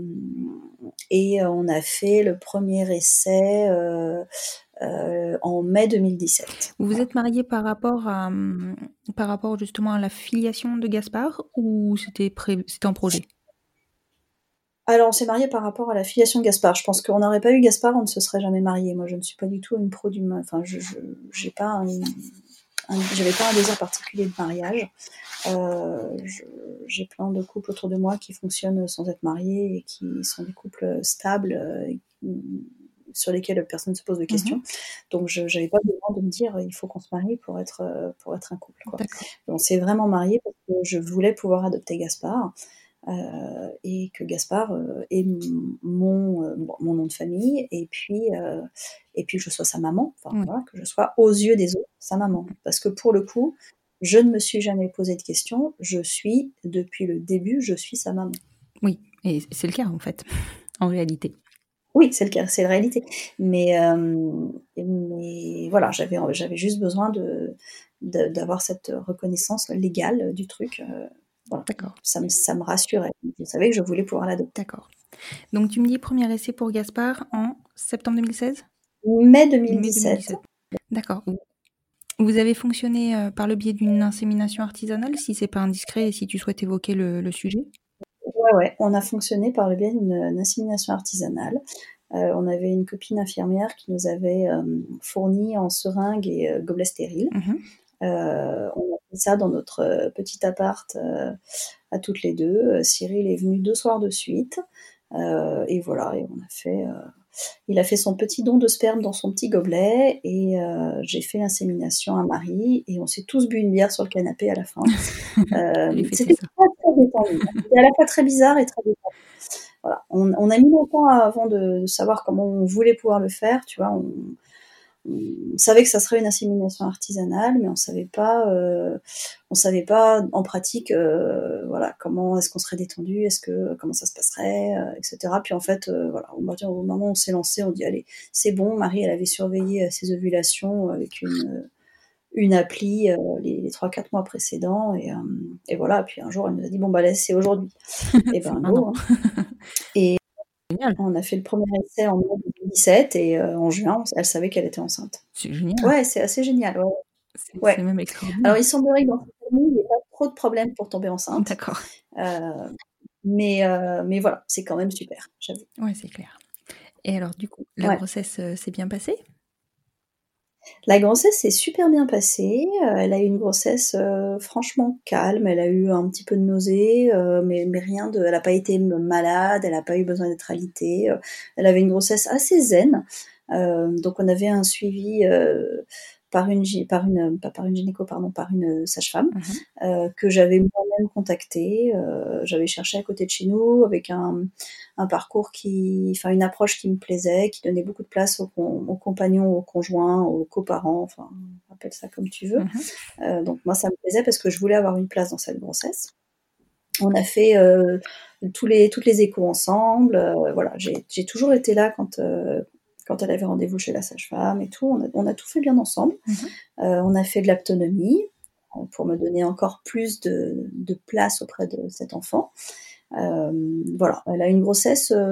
et on a fait le premier essai euh, euh, en mai deux mille dix-sept. Vous vous êtes mariés par rapport à, par rapport justement à la filiation de Gaspard, ou c'était, pré... c'était en projet ? Alors, on s'est mariés par rapport à la filiation de Gaspard. Je pense qu'on n'aurait pas eu Gaspard, on ne se serait jamais mariés. Moi, je ne suis pas du tout une pro du... Enfin, je, je j'ai pas un, un, j'avais pas un désir particulier de mariage. Euh, je, j'ai plein de couples autour de moi qui fonctionnent sans être mariés et qui sont des couples stables, euh, sur lesquels personne ne se pose de questions. Mm-hmm. Donc, je n'avais pas besoin de me dire il faut qu'on se marie pour être, pour être un couple, quoi. On s'est vraiment mariés parce que je voulais pouvoir adopter Gaspard. Euh, et que Gaspard euh, ait mon, euh, mon nom de famille, et puis, euh, et puis que je sois sa maman, enfin, oui. Voilà, que je sois aux yeux des autres sa maman. Parce que pour le coup, je ne me suis jamais posé de questions, je suis, depuis le début, je suis sa maman. Oui, et c'est le cas en fait, en réalité. Oui, c'est le cas, c'est la réalité. Mais, euh, mais voilà, j'avais, j'avais juste besoin de, de, d'avoir cette reconnaissance légale du truc. Euh, Voilà. D'accord. Ça me, ça me rassurait. Je savais que je voulais pouvoir l'adopter. D'accord. Donc, tu me dis premier essai pour Gaspard en septembre deux mille seize ? Mai deux mille dix-sept. Mai deux mille dix-sept. D'accord. Vous avez fonctionné euh, par le biais d'une insémination artisanale, si c'est pas indiscret et si tu souhaites évoquer le, le sujet ? Ouais, ouais. On a fonctionné par le biais d'une, d'une insémination artisanale. Euh, on avait une copine infirmière qui nous avait euh, fourni en seringues et euh, gobelets stériles. Mmh. Euh, on a fait ça dans notre petit appart euh, à toutes les deux. Cyril est venu deux soirs de suite. Euh, et voilà, et on a fait... Euh, il a fait son petit don de sperme dans son petit gobelet, et euh, j'ai fait l'insémination à Marie, et on s'est tous bu une bière sur le canapé à la fin. Euh, c'était ça. très, très détendu. C'était à la fois très bizarre et très détendu. Voilà. On, on a mis longtemps avant de, de savoir comment on voulait pouvoir le faire, tu vois. On, on savait que ça serait une insémination artisanale, mais on savait pas, euh, on savait pas en pratique, euh, voilà, comment est-ce qu'on serait détendu, est-ce que comment ça se passerait, euh, et cetera. Puis en fait, euh, voilà, au moment où on s'est lancé, on dit allez, c'est bon. Marie, elle avait surveillé ses ovulations avec une une appli euh, les, les trois quatre mois précédents, et, euh, et voilà. Puis un jour, elle nous a dit bon bah là, c'est aujourd'hui. Et ben non. Hein. Et génial. On a fait le premier essai en mai deux mille dix-sept, et euh, en juin, elle savait qu'elle était enceinte. C'est génial. Ouais, c'est assez génial. Ouais. C'est, ouais. c'est même extraordinaire. Alors, il semblerait que dans cette famille, il n'y ait pas trop de problèmes pour tomber enceinte. D'accord. Euh, mais, euh, mais voilà, c'est quand même super, j'avoue. Ouais, c'est clair. Et alors, du coup, la ouais. grossesse euh, s'est bien passée ? La grossesse s'est super bien passée. Euh, elle a eu une grossesse euh, franchement calme. Elle a eu un petit peu de nausées, euh, mais, mais rien de. Elle n'a pas été malade. Elle n'a pas eu besoin d'être alitée. Euh, elle avait une grossesse assez zen. Euh, donc on avait un suivi euh, par une par une pas par une gynéco pardon par une sage-femme mm-hmm. euh, que j'avais moi-même contactée. Euh, j'avais cherché à côté de chez nous avec un un parcours qui, enfin une approche qui me plaisait, qui donnait beaucoup de place aux, aux compagnons, aux conjoints, aux coparents, enfin appelle ça comme tu veux. Mm-hmm. Euh, donc moi ça me plaisait parce que je voulais avoir une place dans cette grossesse. On a fait euh, tous les toutes les échos ensemble. Euh, voilà, j'ai j'ai toujours été là quand euh, quand elle avait rendez-vous chez la sage-femme et tout. On a, on a tout fait bien ensemble. Mm-hmm. Euh, on a fait de l'aptonomie pour me donner encore plus de, de place auprès de cet enfant. Euh, voilà, elle a une grossesse euh,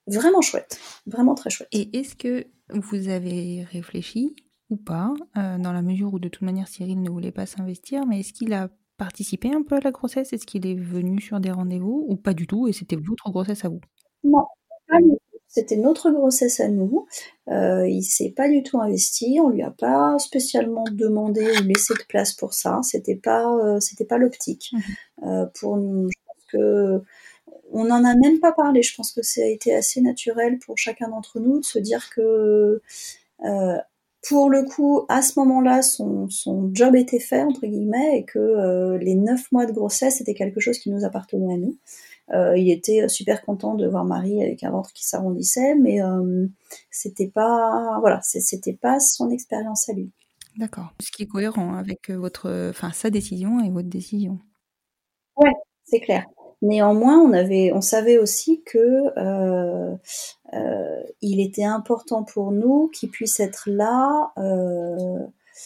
vraiment chouette, vraiment très chouette. Et est-ce que vous avez réfléchi ou pas, euh, dans la mesure où de toute manière Cyril ne voulait pas s'investir, mais est-ce qu'il a participé un peu à la grossesse? Est-ce qu'il est venu sur des rendez-vous ou pas du tout et c'était votre grossesse à vous? Non, pas du tout. C'était notre grossesse à nous. Euh, il s'est pas du tout investi. On lui a pas spécialement demandé ou laissé de place pour ça. C'était pas, euh, c'était pas l'optique. Mmh. Euh, pour nous, je pense que on n'en a même pas parlé. Je pense que ça a été assez naturel pour chacun d'entre nous de se dire que, euh, pour le coup, à ce moment-là, son, son job était fait, entre guillemets, et que euh, les neuf mois de grossesse, c'était quelque chose qui nous appartenait à nous. Euh, il était super content de voir Marie avec un ventre qui s'arrondissait, mais euh, c'était pas, voilà, c'était pas son expérience à lui. D'accord. Ce qui est cohérent avec votre, enfin sa décision et votre décision. Ouais, c'est clair. Néanmoins, on avait, on savait aussi que euh, euh, il était important pour nous qu'il puisse être là euh,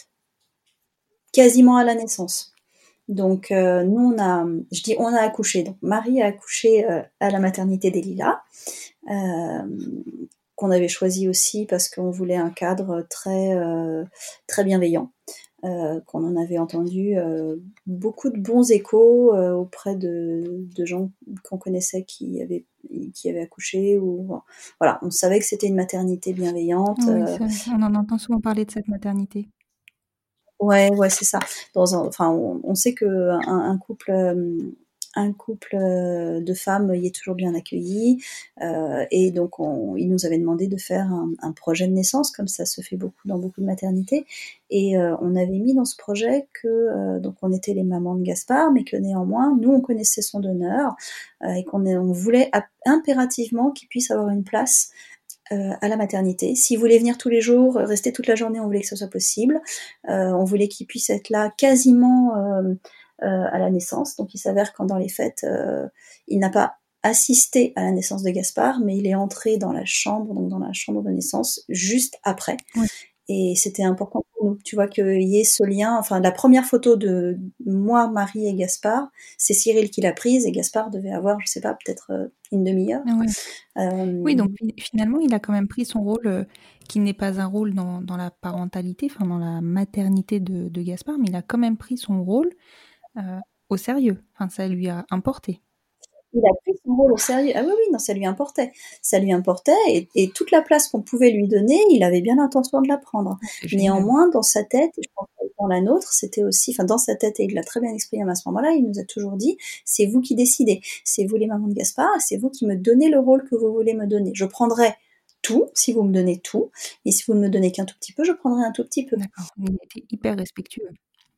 quasiment à la naissance. Donc euh, nous on a, je dis on a accouché. Donc Marie a accouché euh, à la maternité des Lilas, euh, qu'on avait choisi aussi parce qu'on voulait un cadre très euh, très bienveillant. Euh, qu'on en avait entendu euh, beaucoup de bons échos euh, auprès de, de gens qu'on connaissait qui avaient, qui avaient accouché. Ou, voilà, on savait que c'était une maternité bienveillante. Oui, euh, on en entend souvent parler de cette maternité. Ouais, ouais, c'est ça. Dans un, enfin, on, on sait que un, un couple, euh, un couple euh, de femmes y est toujours bien accueilli, euh, et donc on, il nous avait demandé de faire un, un projet de naissance, comme ça se fait beaucoup dans beaucoup de maternités, et euh, on avait mis dans ce projet que euh, donc on était les mamans de Gaspard, mais que néanmoins nous on connaissait son donneur euh, et qu'on on voulait impérativement qu'il puisse avoir une place Euh, à la maternité. S'il voulait venir tous les jours, rester toute la journée, on voulait que ce soit possible. Euh, on voulait qu'il puisse être là quasiment euh, euh, à la naissance. Donc il s'avère que dans les fêtes, euh, il n'a pas assisté à la naissance de Gaspard, mais il est entré dans la chambre, donc dans la chambre de naissance, juste après. Oui. Et c'était important pour nous, tu vois, qu'il y ait ce lien. Enfin, la première photo de moi, Marie et Gaspard, c'est Cyril qui l'a prise, et Gaspard devait avoir, je sais pas, peut-être une demi-heure. Oui. Euh, oui, donc finalement, il a quand même pris son rôle, euh, qui n'est pas un rôle dans, dans la parentalité, enfin dans la maternité de, de Gaspard, mais il a quand même pris son rôle euh, au sérieux. Enfin, ça lui a importé. Il a pris son rôle au sérieux. Ah oui, oui, non, ça lui importait. Ça lui importait, et, et toute la place qu'on pouvait lui donner, il avait bien l'intention de la prendre. Néanmoins, dans sa tête, et je pense que dans la nôtre, c'était aussi, enfin, dans sa tête, et il l'a très bien exprimé à ce moment-là, il nous a toujours dit, c'est vous qui décidez. C'est vous les mamans de Gaspard, c'est vous qui me donnez le rôle que vous voulez me donner. Je prendrai tout, si vous me donnez tout, et si vous ne me donnez qu'un tout petit peu, je prendrai un tout petit peu. D'accord. Il était hyper respectueux.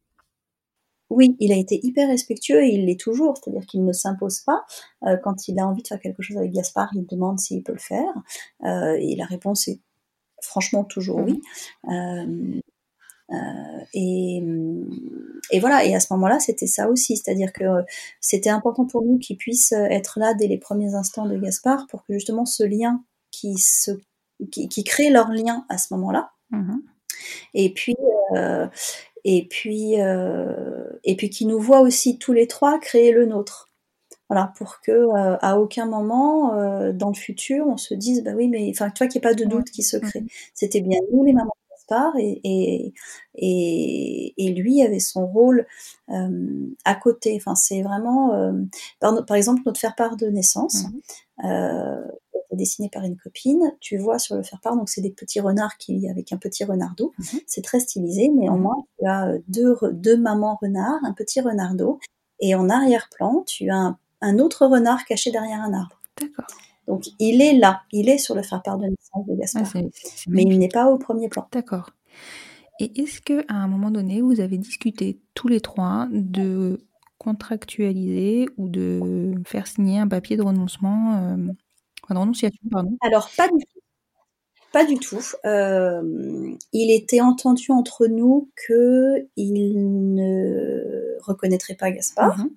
Oui, il a été hyper respectueux, et il l'est toujours, c'est-à-dire qu'il ne s'impose pas. Euh, quand il a envie de faire quelque chose avec Gaspard, il demande s'il peut le faire, euh, et la réponse est franchement toujours mmh. oui. Euh, euh, et, et voilà, et à ce moment-là, c'était ça aussi, c'est-à-dire que c'était important pour nous qu'il puisse être là dès les premiers instants de Gaspard, pour que justement ce lien qui, se, qui, qui crée leur lien à ce moment-là. Mmh. Et puis... Euh, et puis, euh, et puis qui nous voit aussi tous les trois créer le nôtre. Voilà, pour que euh, à aucun moment euh, dans le futur on se dise bah oui, mais enfin tu vois qu'il n'y ait pas de doute ouais. qui se crée. C'était bien nous les mamans de Gaspard, et, et, et, et lui avait son rôle euh, à côté. Enfin c'est vraiment euh, par, par exemple notre faire-part de naissance. Mmh. Euh, dessiné par une copine, tu vois sur le faire-part, donc c'est des petits renards qui, avec un petit renardeau, mmh. c'est très stylisé, néanmoins mmh. tu as deux, deux mamans renards, un petit renardeau, et en arrière-plan, tu as un, un autre renard caché derrière un arbre. D'accord. Donc il est là, il est sur le faire-part de naissance de Gaspard, ah, c'est, c'est mais il n'est pas au premier plan. D'accord. Et est-ce qu'à un moment donné, vous avez discuté tous les trois de contractualiser ou de faire signer un papier de renoncement euh... de renonciation, pardon. Alors, pas du tout. Pas du tout. Euh, il était entendu entre nous qu'il ne reconnaîtrait pas Gaspard, mmh.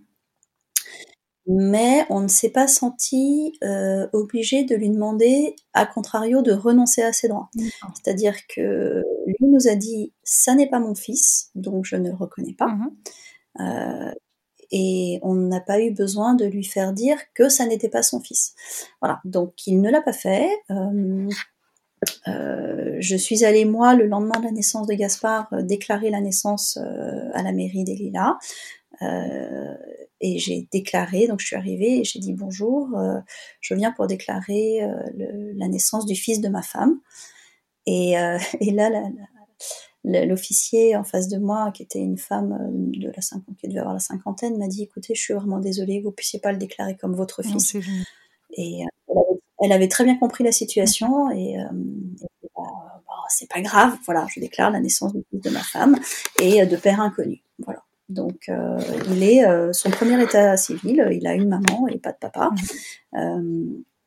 mais on ne s'est pas senti euh, obligé de lui demander, à contrario, de renoncer à ses droits. Mmh. C'est-à-dire que lui nous a dit « ça n'est pas mon fils, donc je ne le reconnais pas mmh. ». Euh, et on n'a pas eu besoin de lui faire dire que ça n'était pas son fils. Voilà, donc il ne l'a pas fait. Euh, euh, je suis allée, moi, le lendemain de la naissance de Gaspard, euh, déclarer la naissance euh, à la mairie des Lilas. Euh, et j'ai déclaré, donc je suis arrivée et j'ai dit bonjour, euh, je viens pour déclarer euh, le, la naissance du fils de ma femme. Et, euh, et là, la, la, l'officier en face de moi, qui était une femme de la cinquantaine, qui devait avoir la cinquantaine, m'a dit écoutez, je suis vraiment désolée que vous puissiez pas le déclarer comme votre fils. Non, et euh, elle, avait, elle avait très bien compris la situation et, euh, et bah, bah, c'est pas grave, voilà, je déclare la naissance du fils de ma femme et de père inconnu, voilà. Donc, euh, il est euh, son premier état civil, il a une maman et pas de papa. Mmh. Euh,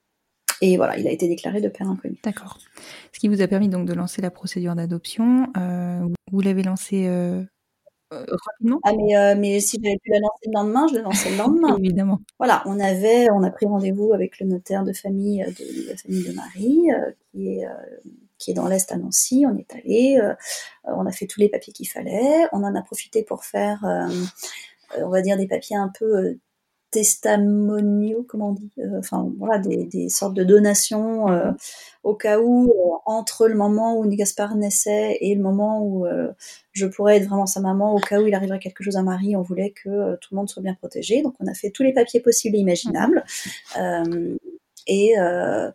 et voilà, il a été déclaré de père inconnu. D'accord. Ce qui vous a permis donc de lancer la procédure d'adoption. Euh, vous l'avez lancée euh, euh, rapidement ? Ah, mais, euh, mais si j'avais pu la lancer le lendemain, je la lançais le lendemain. Évidemment. Voilà, on avait, on a pris rendez-vous avec le notaire de famille de, de la famille de Marie, euh, qui est... Euh, qui est dans l'Est à Nancy, on est allé, euh, on a fait tous les papiers qu'il fallait, on en a profité pour faire, euh, on va dire, des papiers un peu euh, testamoniaux, comment on dit, euh, enfin voilà, des, des sortes de donations, euh, mm-hmm. au cas où, euh, entre le moment où Gaspard naissait et le moment où euh, je pourrais être vraiment sa maman, au cas où il arriverait quelque chose à Marie, on voulait que euh, tout le monde soit bien protégé, donc on a fait tous les papiers possibles et imaginables, mm-hmm. euh, et... Euh,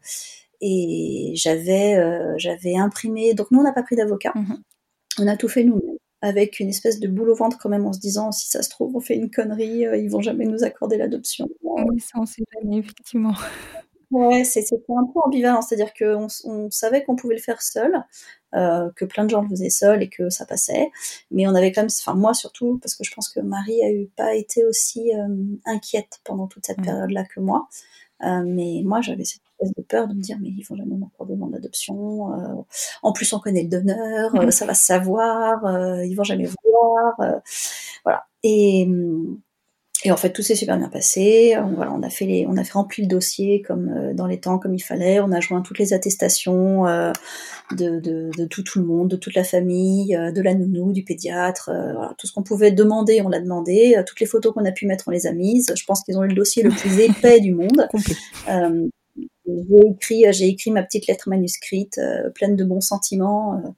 Et j'avais, euh, j'avais imprimé... Donc nous, on n'a pas pris d'avocat. Mmh. On a tout fait nous-mêmes, avec une espèce de boule au ventre quand même, en se disant, si ça se trouve, on fait une connerie, euh, ils vont jamais nous accorder l'adoption. Oui, ça, on sait jamais, effectivement. Ouais, c'est, c'était un peu ambivalent. C'est-à-dire qu'on on savait qu'on pouvait le faire seul, euh, que plein de gens le faisaient seul et que ça passait. Mais on avait quand même... Enfin, moi surtout, parce que je pense que Marie a eu, pas été aussi euh, inquiète pendant toute cette mmh. période-là que moi. Euh, mais moi, j'avais cette espèce de peur de me dire, mais ils vont jamais m'accorder mon adoption. Euh, en plus, on connaît le donneur, euh, ça va se savoir, euh, ils vont jamais voir. Euh, voilà. Et, et en fait, tout s'est super bien passé. Euh, voilà, on a fait les, on a fait rempli le dossier comme euh, dans les temps, comme il fallait. On a joint toutes les attestations euh, de, de, de tout, tout le monde, de toute la famille, euh, de la nounou, du pédiatre. Euh, voilà, tout ce qu'on pouvait demander, on l'a demandé. Euh, toutes les photos qu'on a pu mettre, on les a mises. Je pense qu'ils ont eu le dossier le plus épais du monde. Euh, j'ai écrit, j'ai écrit ma petite lettre manuscrite, euh, pleine de bons sentiments. Euh,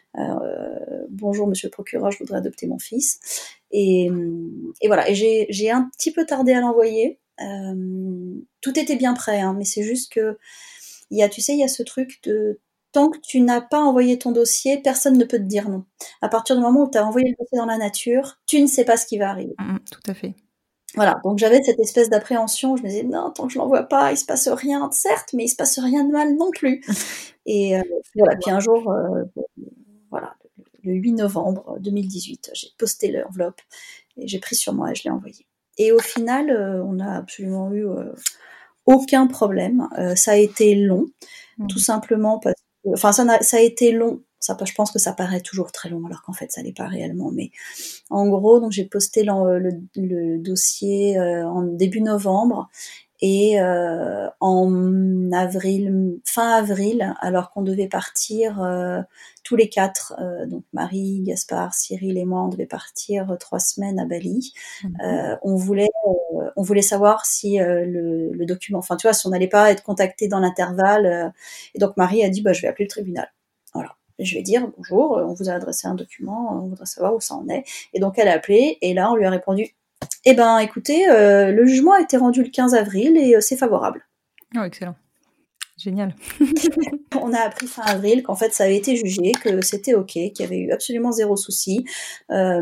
Euh, bonjour monsieur le procureur, je voudrais adopter mon fils. Et, et voilà, et j'ai, j'ai un petit peu tardé à l'envoyer. Euh, tout était bien prêt, hein, mais c'est juste que, il y a, tu sais, il y a ce truc de tant que tu n'as pas envoyé ton dossier, personne ne peut te dire non. À partir du moment où tu as envoyé le dossier dans la nature, tu ne sais pas ce qui va arriver. Mmh, tout à fait. Voilà, donc j'avais cette espèce d'appréhension, je me disais, non, tant que je l'envoie pas, il se passe rien, certes, mais il se passe rien de mal non plus. Et euh, voilà, puis un jour... Euh, Voilà, le huit novembre deux mille dix-huit, j'ai posté l'enveloppe et j'ai pris sur moi et je l'ai envoyée. Et au final, euh, on n'a absolument eu euh, aucun problème. Euh, ça a été long, mmh. tout simplement parce que... Enfin, ça, n'a, ça a été long. Ça, je pense que ça paraît toujours très long, alors qu'en fait, ça l'est pas réellement. Mais en gros, donc j'ai posté le, le, le dossier euh, en début novembre. Et euh, en avril, fin avril, alors qu'on devait partir euh, tous les quatre, euh, donc Marie, Gaspard, Cyril et moi, on devait partir euh, trois semaines à Bali. Mmh. Euh, on voulait, euh, on voulait savoir si euh, le, le document, enfin tu vois, si on n'allait pas être contacté dans l'intervalle. Euh, et donc Marie a dit, bah je vais appeler le tribunal. Voilà. Et je vais dire bonjour, on vous a adressé un document, on voudrait savoir où ça en est. Et donc elle a appelé et là on lui a répondu. Eh ben, écoutez, euh, le jugement a été rendu le quinze avril et euh, c'est favorable. Oh, excellent. Génial. On a appris fin avril qu'en fait, ça avait été jugé, que c'était OK, qu'il y avait eu absolument zéro souci. Euh,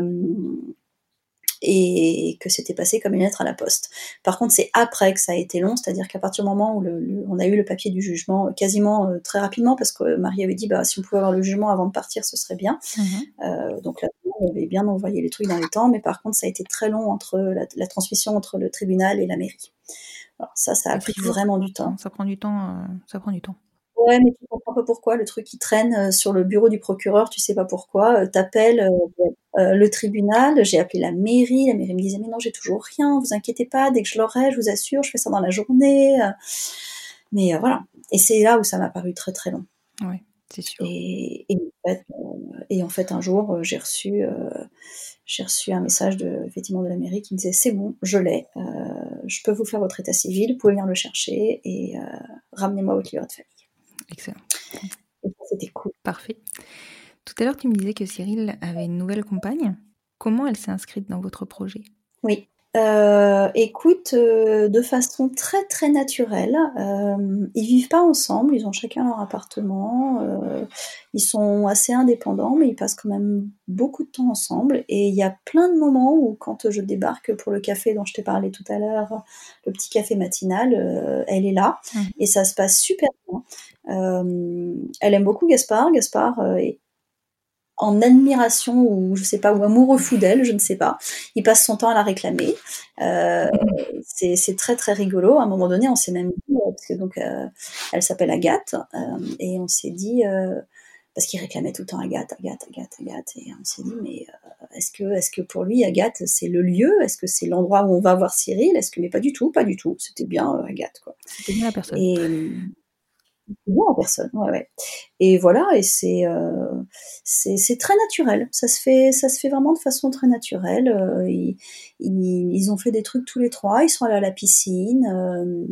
et que c'était passé comme une lettre à la poste. Par contre, c'est après que ça a été long, c'est-à-dire qu'à partir du moment où le, le, on a eu le papier du jugement quasiment euh, très rapidement, parce que Marie avait dit bah, si on pouvait avoir le jugement avant de partir, ce serait bien. Mmh. Euh, donc là, on avait bien envoyé les trucs dans les temps, mais par contre, ça a été très long entre la, la transmission entre le tribunal et la mairie. Alors ça, ça a pris vraiment du temps. Ça prend du temps, euh, ça prend du temps. Ouais, mais tu comprends pas pourquoi, le truc qui traîne euh, sur le bureau du procureur, tu sais pas pourquoi, euh, t'appelles euh, euh, le tribunal, j'ai appelé la mairie, la mairie me disait mais non, j'ai toujours rien, vous inquiétez pas, dès que je l'aurai, je vous assure, je fais ça dans la journée. Euh, mais euh, voilà, et c'est là où ça m'a paru très très long. Ouais. C'est sûr. Et, et, en fait, euh, et en fait, un jour, euh, j'ai reçu, euh, j'ai reçu un message de, effectivement, de la mairie qui me disait c'est bon, je l'ai, euh, je peux vous faire votre état civil, vous pouvez venir le chercher et euh, ramenez-moi votre livret de famille. Excellent. Et ça, c'était cool. Parfait. Tout à l'heure, tu me disais que Cyril avait une nouvelle compagne. Comment elle s'est inscrite dans votre projet ? Oui. Euh, écoute, euh, de façon très très naturelle. Euh, ils vivent pas ensemble, ils ont chacun leur appartement. Euh, ils sont assez indépendants, mais ils passent quand même beaucoup de temps ensemble. Et il y a plein de moments où, quand je débarque pour le café dont je t'ai parlé tout à l'heure, le petit café matinal, euh, elle est là, mmh. et ça se passe super bien. Euh, elle aime beaucoup Gaspard. Gaspard euh, est en admiration ou je sais pas, ou amoureux fou d'elle, je ne sais pas. Il passe son temps à la réclamer. Euh, c'est, c'est très très rigolo. À un moment donné, on s'est même dit, parce que donc euh, elle s'appelle Agathe, euh, et on s'est dit, euh, parce qu'il réclamait tout le temps Agathe, Agathe, Agathe, Agathe, et on s'est dit, mais euh, est-ce que, est-ce que pour lui, Agathe, c'est le lieu ? Est-ce que c'est l'endroit où on va voir Cyril ? Est-ce que, mais pas du tout, pas du tout. C'était bien euh, Agathe, quoi. C'était bien la personne. Et non, en personne, ouais, ouais. Et voilà, et c'est, euh, c'est, c'est très naturel. Ça se fait, ça se fait vraiment de façon très naturelle. Euh, ils, ils, ils ont fait des trucs tous les trois. Ils sont allés à la piscine. Euh,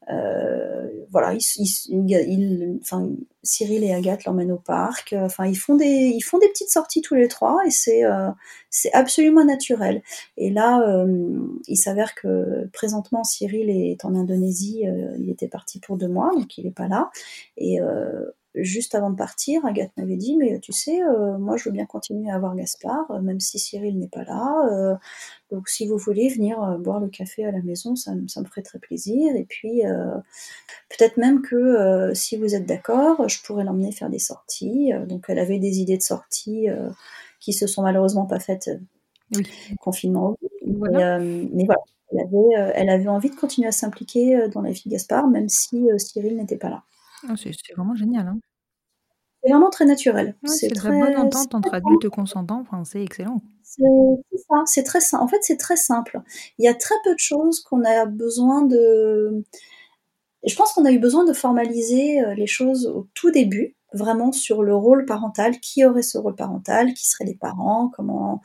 euh, voilà, ils, ils, ils, enfin, Cyril et Agathe l'emmènent au parc. Enfin, ils font des, ils font des petites sorties tous les trois, et c'est, euh, c'est absolument naturel. Et là, euh, il s'avère que présentement Cyril est en Indonésie. Euh, il était parti pour deux mois, donc il n'est pas là. Et euh, juste avant de partir, Agathe m'avait dit, mais tu sais, euh, moi je veux bien continuer à voir Gaspard, euh, même si Cyril n'est pas là. Euh, donc si vous voulez venir euh, boire le café à la maison, ça, ça me ferait très plaisir. Et puis euh, peut-être même que euh, si vous êtes d'accord, je pourrais l'emmener faire des sorties. Euh, donc elle avait des idées de sorties euh, qui se sont malheureusement pas faites. Euh, oui. Confinement. Voilà. Mais, euh, mais voilà. Elle avait, euh, elle avait envie de continuer à s'impliquer dans la vie de Gaspard, même si euh, Cyril n'était pas là. Oh, c'est, c'est vraiment génial. Hein. C'est vraiment très naturel. Ouais, c'est c'est très, de la bonne entente entre adultes consentants. Enfin, c'est excellent. C'est, c'est ça. C'est très simple. En fait, c'est très simple. Il y a très peu de choses qu'on a besoin de. Je pense qu'on a eu besoin de formaliser les choses au tout début, vraiment sur le rôle parental, qui aurait ce rôle parental, qui seraient les parents, comment,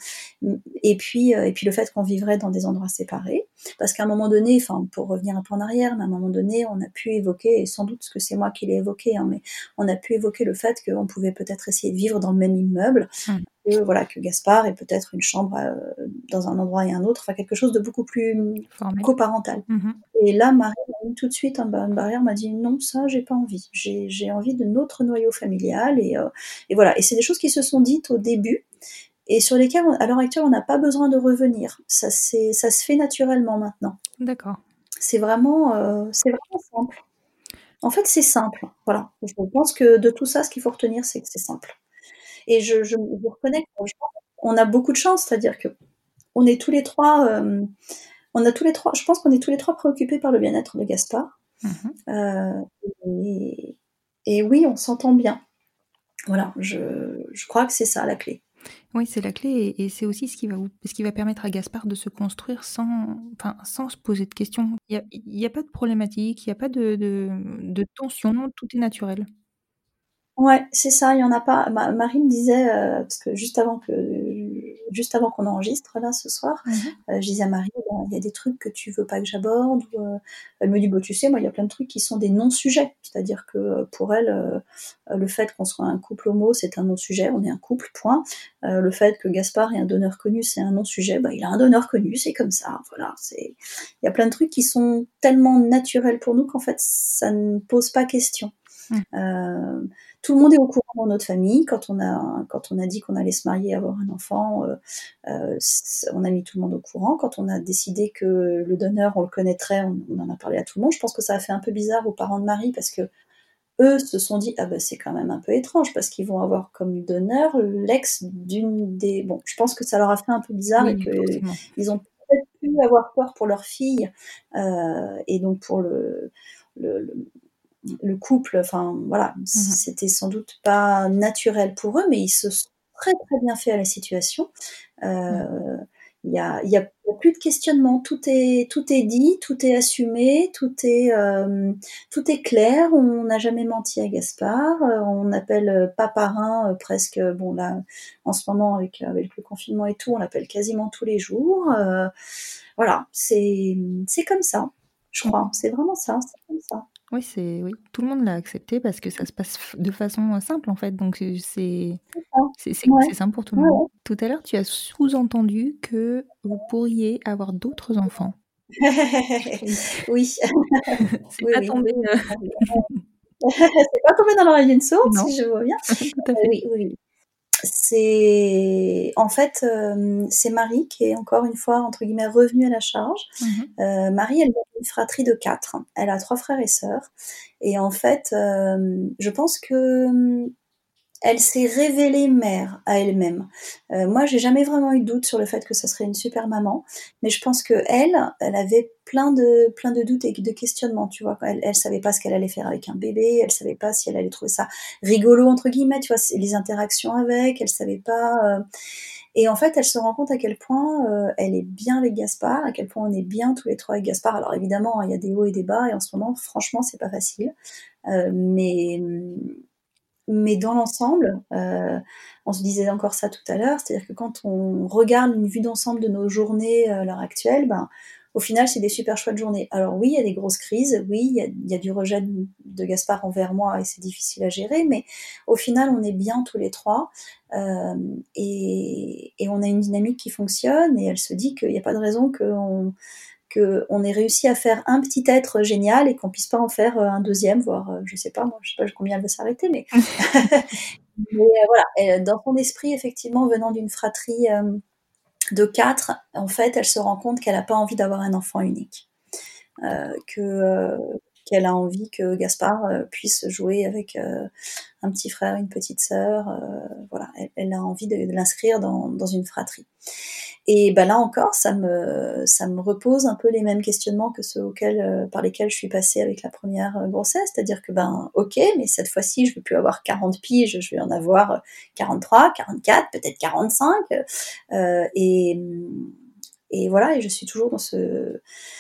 et puis et puis le fait qu'on vivrait dans des endroits séparés, parce qu'à un moment donné, enfin pour revenir un peu en arrière, mais à un moment donné, on a pu évoquer, et sans doute que c'est moi qui l'ai évoqué, hein, mais on a pu évoquer le fait qu'on pouvait peut-être essayer de vivre dans le même immeuble. Mmh. Que, voilà, que Gaspard ait peut-être une chambre euh, dans un endroit et un autre, enfin quelque chose de beaucoup plus formel, coparental. Mmh. Et là, Marie m'a mis tout de suite une un barrière, m'a dit non, ça, j'ai pas envie. J'ai, j'ai envie de notre noyau familial. Et, euh, et voilà. Et c'est des choses qui se sont dites au début et sur lesquelles, on, à l'heure actuelle, on n'a pas besoin de revenir. Ça, c'est, ça se fait naturellement maintenant. D'accord. C'est vraiment, euh, c'est vraiment simple. En fait, c'est simple. Voilà. Je pense que de tout ça, ce qu'il faut retenir, c'est que c'est simple. Et je, je, je reconnais qu'on a beaucoup de chance, c'est-à-dire que on est tous les trois, euh, on a tous les trois, je pense qu'on est tous les trois préoccupés par le bien-être de Gaspard. Mmh. Euh, et, et oui, on s'entend bien. Voilà, je, je crois que c'est ça la clé. Oui, c'est la clé, et, et c'est aussi ce qui va vous, ce qui va permettre à Gaspard de se construire sans, enfin, sans se poser de questions. Il n'y a, a pas de problématique, il n'y a pas de, de, de tension, tout est naturel. Ouais, c'est ça, il y en a pas. Ma, Marie me disait, euh, parce que juste avant que, juste avant qu'on enregistre là ce soir, mmh. euh, je disais à Marie, il ben, y a des trucs que tu veux pas que j'aborde. Ou, euh, elle me dit, bah, tu sais, moi il y a plein de trucs qui sont des non-sujets, c'est-à-dire que pour elle, euh, le fait qu'on soit un couple homo, c'est un non-sujet, on est un couple, point. Euh, le fait que Gaspard ait un donneur connu, c'est un non-sujet, bah, il a un donneur connu, c'est comme ça. Voilà, c'est, il y a plein de trucs qui sont tellement naturels pour nous qu'en fait, ça ne pose pas question. Mmh. Euh, tout le monde est au courant dans notre famille. Quand on a, quand on a dit qu'on allait se marier et avoir un enfant, euh, euh, on a mis tout le monde au courant. Quand on a décidé que le donneur, on le connaîtrait, on, on en a parlé à tout le monde. Je pense que ça a fait un peu bizarre aux parents de Marie parce que eux se sont dit, ah ben c'est quand même un peu étrange parce qu'ils vont avoir comme donneur l'ex d'une des... Bon, je pense que ça leur a fait un peu bizarre, oui, et qu'ils ont peut-être pu avoir peur pour leur fille euh, et donc pour le... le, le le couple, enfin voilà, mmh. c'était sans doute pas naturel pour eux, mais ils se sont très très bien fait à la situation. Euh, il mmh. y, a, y a plus de questionnement. Tout est, tout est dit, tout est assumé, tout est, euh, tout est clair. On n'a jamais menti à Gaspard. Euh, on appelle euh, paparin euh, presque. Bon là, en ce moment avec avec le confinement et tout, on l'appelle quasiment tous les jours. Euh, voilà, c'est c'est comme ça. Je crois. C'est vraiment ça. C'est comme ça. Oui, c'est oui, tout le monde l'a accepté parce que ça se passe f- de façon euh, simple en fait, donc euh, c'est C'est ça. c'est c'est Ouais. c'est simple pour tout le Ouais, monde. Tout à l'heure, tu as sous-entendu que vous pourriez avoir d'autres enfants. ouais. Oui. Oui, C'est oui, pas oui. tombé. euh, C'est pas tombé dans l'oreille d'une sourde, Non, si je vois bien. tout à Euh, fait. oui, oui, oui. C'est en fait, euh, c'est Marie qui est encore une fois entre guillemets revenue à la charge. Mhm. Euh, Marie, elle vient d'une fratrie de quatre. Elle a trois frères et sœurs. Et en fait, euh, je pense que elle s'est révélée mère à elle-même. Euh, moi, j'ai jamais vraiment eu de doute sur le fait que ça serait une super maman, mais je pense que elle, elle avait plein de plein de doutes et de questionnements. Tu vois, elle, elle savait pas ce qu'elle allait faire avec un bébé, elle savait pas si elle allait trouver ça rigolo entre guillemets. Tu vois, les interactions avec, elle savait pas. Euh, et en fait, elle se rend compte à quel point euh, elle est bien avec Gaspard, à quel point on est bien tous les trois avec Gaspard. Alors évidemment, il y a des hauts et des bas, et en ce moment, franchement, c'est pas facile. Euh, mais mais dans l'ensemble, euh, on se disait encore ça tout à l'heure, c'est-à-dire que quand on regarde une vue d'ensemble de nos journées à l'heure actuelle, ben, au final, c'est des super chouettes journées. Alors oui, il y a des grosses crises, oui, il y a, il y a du rejet de, de Gaspard envers moi et c'est difficile à gérer, mais au final, on est bien tous les trois euh, et, et on a une dynamique qui fonctionne et elle se dit qu'il n'y a pas de raison qu'on qu'on ait réussi à faire un petit être génial et qu'on puisse pas en faire un deuxième, voire, je sais pas, moi, je sais pas combien elle veut s'arrêter, mais, mais euh, voilà, et dans son esprit, effectivement, venant d'une fratrie euh, de quatre, en fait, elle se rend compte qu'elle a pas envie d'avoir un enfant unique, euh, que euh, qu'elle a envie que Gaspard euh, puisse jouer avec euh, un petit frère, une petite sœur, euh, voilà, elle, elle a envie de, de l'inscrire dans, dans une fratrie. Et ben là encore, ça me, ça me repose un peu les mêmes questionnements que ceux auxquels, euh, par lesquels je suis passée avec la première euh, grossesse, c'est-à-dire que ben ok, mais cette fois-ci, je ne vais plus avoir quarante piges, je vais en avoir quarante-trois, quarante-quatre, peut-être quarante-cinq, euh, et, et voilà, et je suis toujours dans ce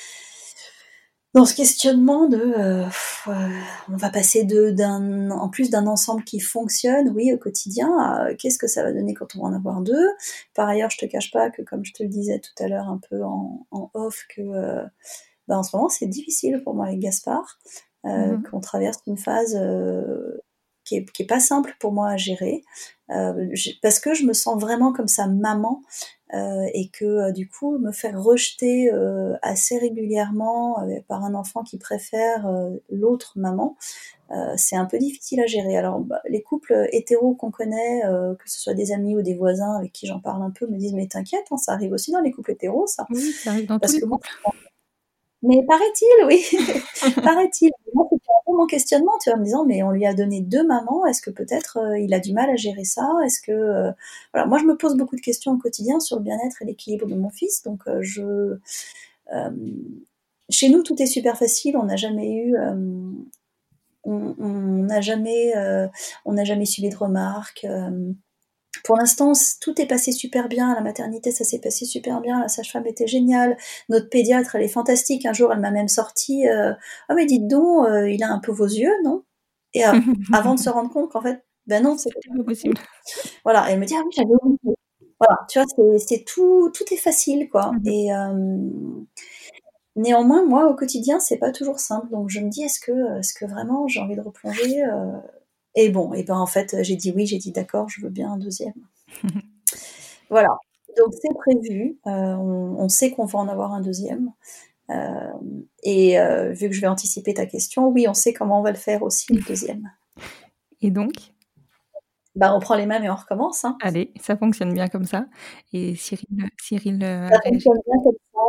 dans ce questionnement de euh, euh, on va passer de, d'un, en plus d'un ensemble qui fonctionne, oui, au quotidien, à qu'est-ce que ça va donner quand on va en avoir deux. Par ailleurs, je te cache pas que, comme je te le disais tout à l'heure un peu en, en off, que euh, ben, en ce moment c'est difficile pour moi avec Gaspard, euh, Mhm. qu'on traverse une phase euh, qui est, qui est pas simple pour moi à gérer, euh, parce que je me sens vraiment comme sa maman. Euh, et que euh, du coup me faire rejeter euh, assez régulièrement euh, par un enfant qui préfère euh, l'autre maman, euh, c'est un peu difficile à gérer. Alors bah, les couples hétéros qu'on connaît, euh, que ce soit des amis ou des voisins avec qui j'en parle un peu, me disent mais t'inquiète, hein, ça arrive aussi dans les couples hétéros, ça. Oui, ça arrive dans tous Parce les que moi, couples. mais paraît-il, oui, paraît-il. Moi, c'était un peu mon questionnement, tu vois, en me disant, mais on lui a donné deux mamans, est-ce que peut-être euh, il a du mal à gérer ça? Est-ce que, euh, voilà, moi je me pose beaucoup de questions au quotidien sur le bien-être et l'équilibre de mon fils, donc euh, je, euh, chez nous tout est super facile, on n'a jamais eu, euh, on on n'a jamais, euh, on n'a jamais subi de remarques. euh, pour l'instant, tout est passé super bien. À la maternité, ça s'est passé super bien. La sage-femme était géniale. Notre pédiatre, elle est fantastique. Un jour, elle m'a même sorti euh, ah mais dites donc, euh, il a un peu vos yeux, non? Et euh, avant de se rendre compte qu'en fait, ben non, c'était C'était pas possible. voilà. Et elle me dit ah oui, j'avais oublié. Voilà, tu vois, c'est, c'est tout, tout est facile, quoi. Mhm. Et euh, néanmoins, moi, au quotidien, c'est pas toujours simple. Donc, je me dis, est-ce que, est-ce que vraiment j'ai envie de replonger euh, Et bon, et ben en fait, j'ai dit oui, j'ai dit d'accord, je veux bien un deuxième. Voilà. Donc c'est prévu. Euh, on, on sait qu'on va en avoir un deuxième. Euh, et euh, vu que je vais anticiper ta question, oui, on sait comment on va le faire aussi, le deuxième. Et donc, Bah, on prend les mêmes et on recommence. Hein. allez, ça fonctionne bien comme ça. Et Cyril, Cyril euh, Ça a réagi. fonctionne bien comme ça.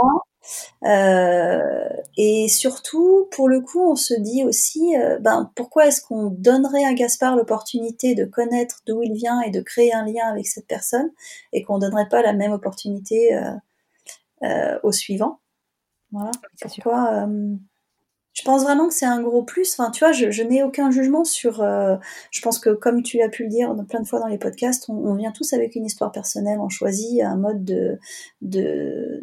Euh, et surtout, pour le coup, on se dit aussi, euh, ben, pourquoi est-ce qu'on donnerait à Gaspard l'opportunité de connaître d'où il vient et de créer un lien avec cette personne, et qu'on donnerait pas la même opportunité euh, euh, au suivant. Voilà. C'est sûr. Pourquoi euh, Je pense vraiment que c'est un gros plus. Enfin, tu vois, je, je n'ai aucun jugement sur. Euh, je pense que, comme tu as pu le dire plein de fois dans les podcasts, on, on vient tous avec une histoire personnelle. On choisit un mode de, de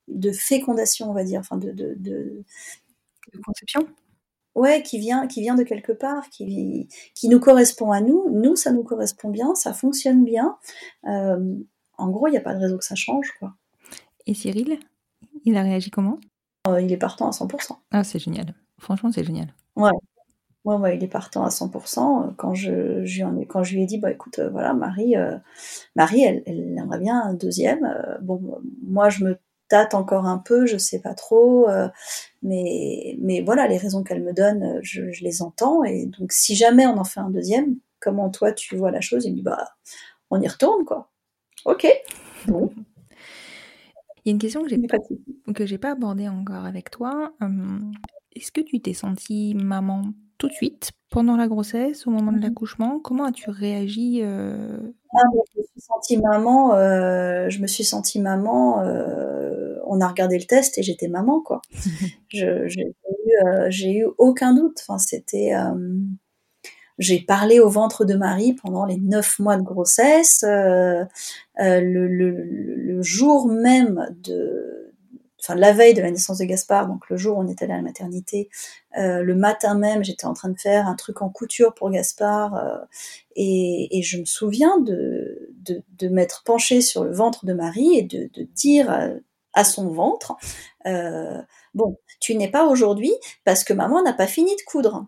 de fécondation, on va dire, enfin de, de, de... de conception. Ouais, qui vient, qui vient de quelque part, qui, qui nous correspond à nous. Nous, ça nous correspond bien, ça fonctionne bien. Euh, en gros, il n'y a pas de raison que ça change, quoi. Et Cyril, il a réagi comment ? Euh, il est partant à cent pour cent. Ah, c'est génial. Franchement, c'est génial. Ouais. Ouais, ouais, il est partant à cent pour cent. Quand je, je, lui, quand je lui ai dit, bah écoute, euh, voilà, Marie, euh, Marie, elle, elle aimerait bien un deuxième. Euh, bon, moi, je me tâte encore un peu, je sais pas trop, euh, mais, mais voilà, les raisons qu'elle me donne, je, je les entends. Et donc, si jamais on en fait un deuxième, comment toi tu vois la chose ? Il me dit, bah, on y retourne, quoi. Ok, bon. Il y a une question que j'ai pas, que j'ai pas abordée encore avec toi. Hum, est-ce que tu t'es sentie maman tout de suite, pendant la grossesse, au moment de l'accouchement ? Comment as-tu réagi euh... ah, je me suis sentie maman, euh, je me suis sentie maman, euh, on a regardé le test et j'étais maman, quoi. je, j'ai, eu, euh, j'ai eu aucun doute. Enfin, c'était, euh, j'ai parlé au ventre de Marie pendant les neuf mois de grossesse. Euh, euh, le, le, le jour même de... Enfin, la veille de la naissance de Gaspard, donc le jour où on est allé à la maternité, euh, le matin même, j'étais en train de faire un truc en couture pour Gaspard, euh, et, et je me souviens de, de, de m'être penchée sur le ventre de Marie et de, de dire à, à son ventre, euh, bon, tu n'es pas aujourd'hui parce que maman n'a pas fini de coudre.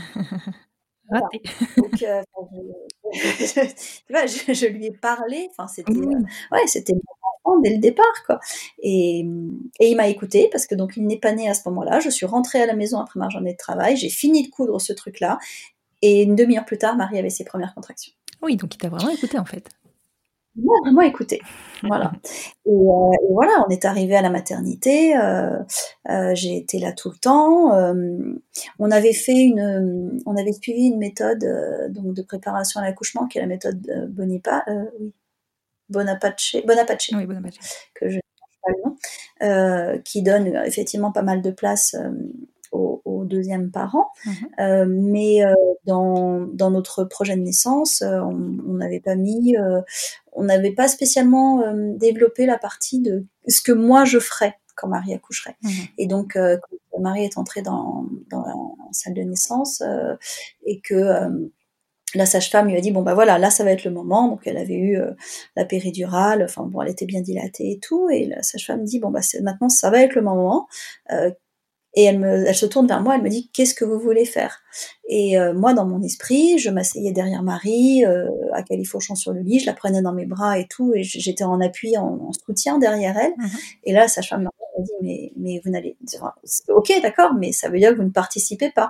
Raté. Donc, euh, je, tu vois, je, je lui ai parlé. Enfin, c'était, oui. euh, ouais, c'était mon enfant dès le départ, quoi. Et, et il m'a écouté parce que donc il n'est pas né à ce moment-là. Je suis rentrée à la maison après ma journée de travail. J'ai fini de coudre ce truc-là. Et une demi-heure plus tard, Marie avait ses premières contractions. Oui, donc il t'a vraiment écouté en fait. Il m'a vraiment écouté. Voilà. Et, euh, et voilà, on est arrivé à la maternité. Euh, euh, j'ai été là tout le temps. Euh, on avait fait une, on avait suivi une méthode euh, donc de préparation à l'accouchement qui est la méthode euh, Bonipa, euh, oui, Bonapace, Bonapace, oui, Bonapace, que je ne sais pas le nom, euh, qui donne effectivement pas mal de place euh, aux, aux deuxièmes parents. Mmh. Euh, mais euh, dans, dans notre projet de naissance, euh, on n'avait pas mis, euh, on n'avait pas spécialement euh, développé la partie de ce que moi je ferais quand Marie accoucherait. Mmh. Et donc, euh, quand Marie est entrée dans, dans la salle de naissance euh, et que euh, la sage-femme lui a dit, bon, bah voilà, là, ça va être le moment. Donc, elle avait eu euh, la péridurale. Enfin, bon, elle était bien dilatée et tout. Et la sage-femme dit, bon, bah c'est, maintenant, ça va être le moment. Euh, et elle, me, elle se tourne vers moi, elle me dit, qu'est-ce que vous voulez faire ? Et euh, moi, dans mon esprit, je m'asseyais derrière Marie, euh, à califourchon sur le lit, je la prenais dans mes bras et tout, et j'étais en appui, en, en soutien derrière elle. Mmh. Et là, la sage-femme m'a dit, mais, mais vous n'allez... Ok, d'accord, mais ça veut dire que vous ne participez pas.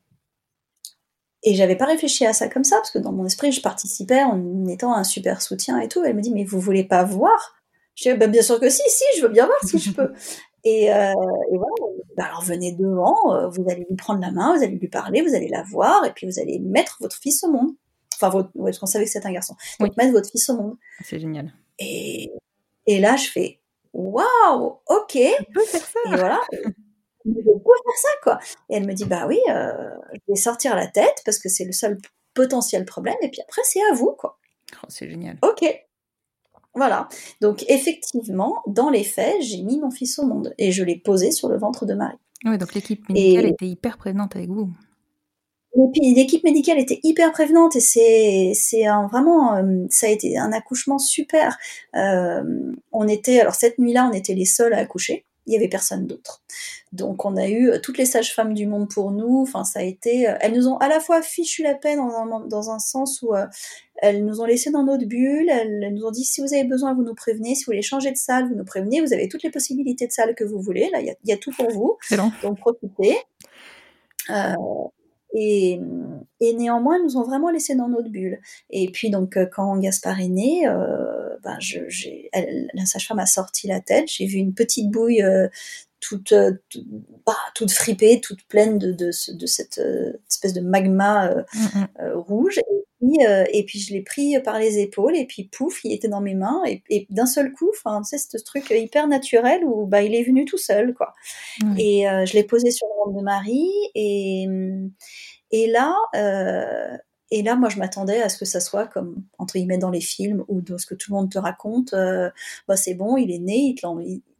Et j'avais pas réfléchi à ça comme ça, parce que dans mon esprit, je participais en étant un super soutien et tout. Elle me dit, mais vous voulez pas voir ? Je dis, bah, bien sûr que si, si, je veux bien voir si je peux. Et, euh, et voilà, bah, alors venez devant, euh, vous allez lui prendre la main, vous allez lui parler, vous allez la voir, et puis vous allez mettre votre fils au monde. Enfin, votre, ouais, parce qu'on savait que c'était un garçon. Donc, oui. Mettre votre fils au monde. C'est génial. Et, et là, je fais, waouh, ok. Je peux faire ça. Et voilà. Je peux faire ça, quoi. Et elle me dit, bah oui, euh, je vais sortir la tête parce que c'est le seul potentiel problème, et puis après, c'est à vous, quoi. Oh, c'est génial. Ok. Voilà. Donc, effectivement, dans les faits, j'ai mis mon fils au monde et je l'ai posé sur le ventre de Marie. Oui, donc l'équipe médicale et... était hyper prévenante avec vous. Et puis, l'équipe médicale était hyper prévenante et c'est, c'est un, vraiment, euh, ça a été un accouchement super. Euh, on était, alors cette nuit-là, on était les seuls à accoucher. Il n'y avait personne d'autre. Donc, on a eu toutes les sages-femmes du monde pour nous. Enfin, ça a été... Elles nous ont à la fois fichu la paix dans un, dans un sens où euh, elles nous ont laissé dans notre bulle. Elles, elles nous ont dit, si vous avez besoin, vous nous prévenez. Si vous voulez changer de salle, vous nous prévenez. Vous avez toutes les possibilités de salle que vous voulez. Là, il y, y a tout pour vous. Excellent. Donc, profitez. Euh, et, et néanmoins, elles nous ont vraiment laissé dans notre bulle. Et puis, donc, quand Gaspard est né... Euh, ben, je, j'ai, elle, la sage-femme a sorti la tête. J'ai vu une petite bouille... Euh, toute, toute, bah, toute fripée, toute pleine de, de, de cette euh, espèce de magma euh, mm-hmm. euh, rouge. Et puis, euh, et puis je l'ai pris par les épaules et puis pouf, il était dans mes mains. Et, et d'un seul coup, tu sais, ce truc hyper naturel où bah, il est venu tout seul, quoi. Mm-hmm. Et euh, je l'ai posé sur le ventre de Marie. Et, et là... Euh, Et là, moi, je m'attendais à ce que ça soit comme, entre guillemets, dans les films ou dans ce que tout le monde te raconte. Euh, bah, c'est bon, il est né, il te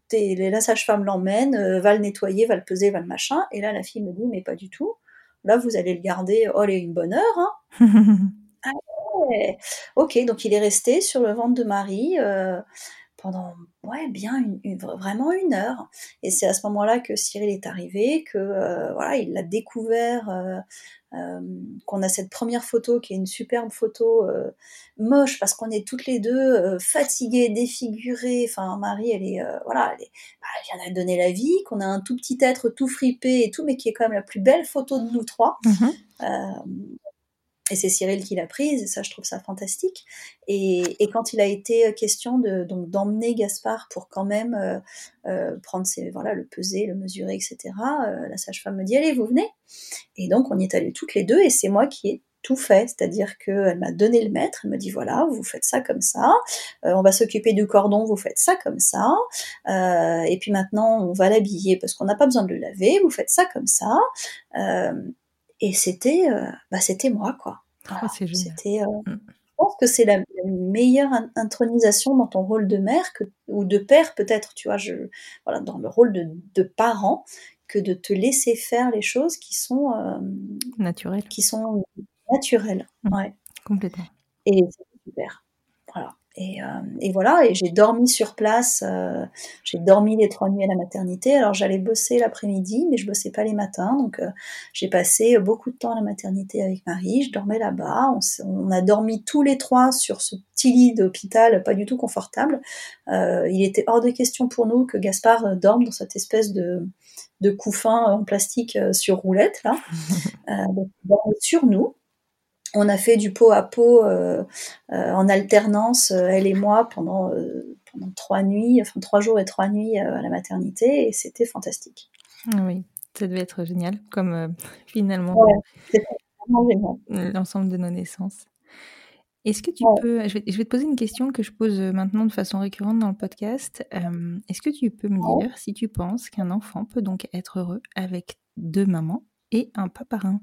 t'es, la sage-femme l'emmène, euh, va le nettoyer, va le peser, va le machin. Et là, la fille me dit, mais pas du tout. Là, vous allez le garder, oh, il est une bonne heure, hein. Ah ouais. Ok, donc il est resté sur le ventre de Marie euh, pendant, ouais, bien une, une- vraiment une heure. Et c'est à ce moment-là que Cyril est arrivé, que euh, voilà, il l'a découvert, euh, euh, qu'on a cette première photo qui est une superbe photo euh, moche parce qu'on est toutes les deux euh, fatiguées, défigurées. Enfin, Marie, elle est, euh, voilà, elle, est, bah, elle vient de donner la vie, qu'on a un tout petit être tout fripé et tout, mais qui est quand même la plus belle photo de nous trois. Mhm. Euh, et c'est Cyril qui l'a prise, et ça, je trouve ça fantastique. Et, et quand il a été question de, donc, d'emmener Gaspard pour quand même euh, euh, prendre ses, voilà, le peser, le mesurer, et cetera, euh, la sage-femme me dit, allez, vous venez. Et donc, on y est allés toutes les deux, et c'est moi qui ai tout fait, c'est-à-dire qu'elle m'a donné le mètre, elle me dit, voilà, vous faites ça comme ça, euh, on va s'occuper du cordon, vous faites ça comme ça, euh, et puis maintenant, on va l'habiller parce qu'on n'a pas besoin de le laver, vous faites ça comme ça. Euh, et c'était, euh, bah, c'était moi, quoi. Voilà. Oh, c'est génial. C'était, euh, Mm. je pense que c'est la, la meilleure in- intronisation dans ton rôle de mère que, ou de père peut-être, tu vois, je, voilà, dans le rôle de, de parent, que de te laisser faire les choses qui sont, euh, Naturel. qui sont naturelles. Mm. Ouais. Complètement. Et c'est super. Voilà. Et, euh, et voilà, et j'ai dormi sur place, euh, j'ai dormi les trois nuits à la maternité. Alors j'allais bosser l'après-midi, mais je bossais pas les matins, donc euh, j'ai passé beaucoup de temps à la maternité avec Marie, je dormais là-bas, on, s'est- on a dormi tous les trois sur ce petit lit d'hôpital, pas du tout confortable. Euh, il était hors de question pour nous que Gaspard euh, dorme dans cette espèce de, de couffin en plastique euh, sur roulette, là. Euh, donc, il dormait sur nous. On a fait du pot à pot euh, euh, en alternance, euh, elle et moi, pendant, euh, pendant trois nuits, enfin trois jours et trois nuits euh, à la maternité, et c'était fantastique. Ah oui, ça devait être génial, comme euh, finalement Ouais, c'était vraiment génial. l'ensemble de nos naissances. Est-ce que tu Ouais. peux, je vais, je vais te poser une question que je pose euh, maintenant de façon récurrente dans le podcast. Euh, est-ce que tu peux me Ouais. dire si tu penses qu'un enfant peut donc être heureux avec deux mamans et un paparin?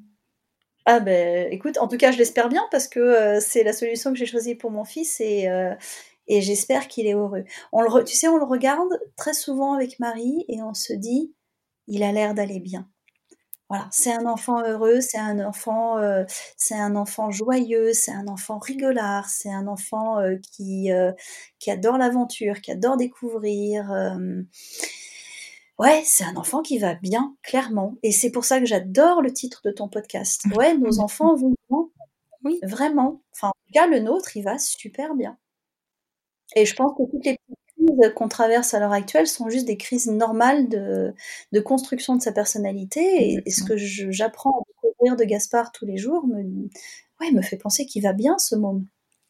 Ah ben, écoute, en tout cas, je l'espère bien parce que euh, c'est la solution que j'ai choisie pour mon fils et, euh, et j'espère qu'il est heureux. On le re- tu sais, on le regarde très souvent avec Marie et on se dit, il a l'air d'aller bien. Voilà, c'est un enfant heureux, c'est un enfant, euh, c'est un enfant joyeux, c'est un enfant rigolard, c'est un enfant euh, qui, euh, qui adore l'aventure, qui adore découvrir. euh, Ouais, c'est un enfant qui va bien, clairement. Et c'est pour ça que j'adore le titre de ton podcast. Ouais, nos enfants vont bien, Oui, vraiment. Enfin, en tout cas, le nôtre, il va super bien. Et je pense que toutes les petites crises qu'on traverse à l'heure actuelle sont juste des crises normales de, de construction de sa personnalité. Et, et ce exactement. que je- j'apprends à découvrir de Gaspard tous les jours me, ouais, me fait penser qu'il va bien, ce môme.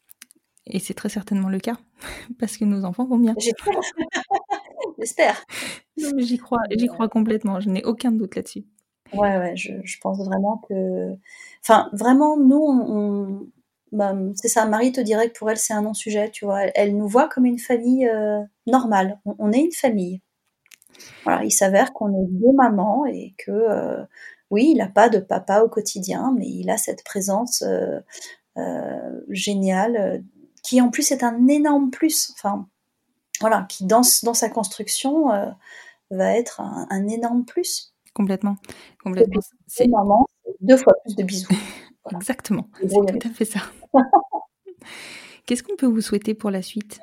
Et c'est très certainement le cas, parce que nos enfants vont bien. J'espère. J'espère. Non, mais j'y crois, j'y crois complètement, je n'ai aucun doute là-dessus. Ouais, ouais, je, je pense vraiment que... Enfin, vraiment, nous, on... on- bah, c'est ça, Marie te dirait que pour elle, c'est un non-sujet, tu vois. Elle, elle nous voit comme une famille euh, normale. On, on est une famille. Voilà, il s'avère qu'on est deux mamans et que, euh, oui, il n'a pas de papa au quotidien, mais il a cette présence euh, euh, géniale, euh, qui en plus est un énorme plus. Enfin, voilà, qui dans, dans sa construction euh, va être un, un énorme plus. Complètement, complètement. Deux C'est mamans, c'est deux fois plus de bisous. Voilà. exactement, C'est c'est drôle, tout à fait ça. Qu'est-ce qu'on peut vous souhaiter pour la suite?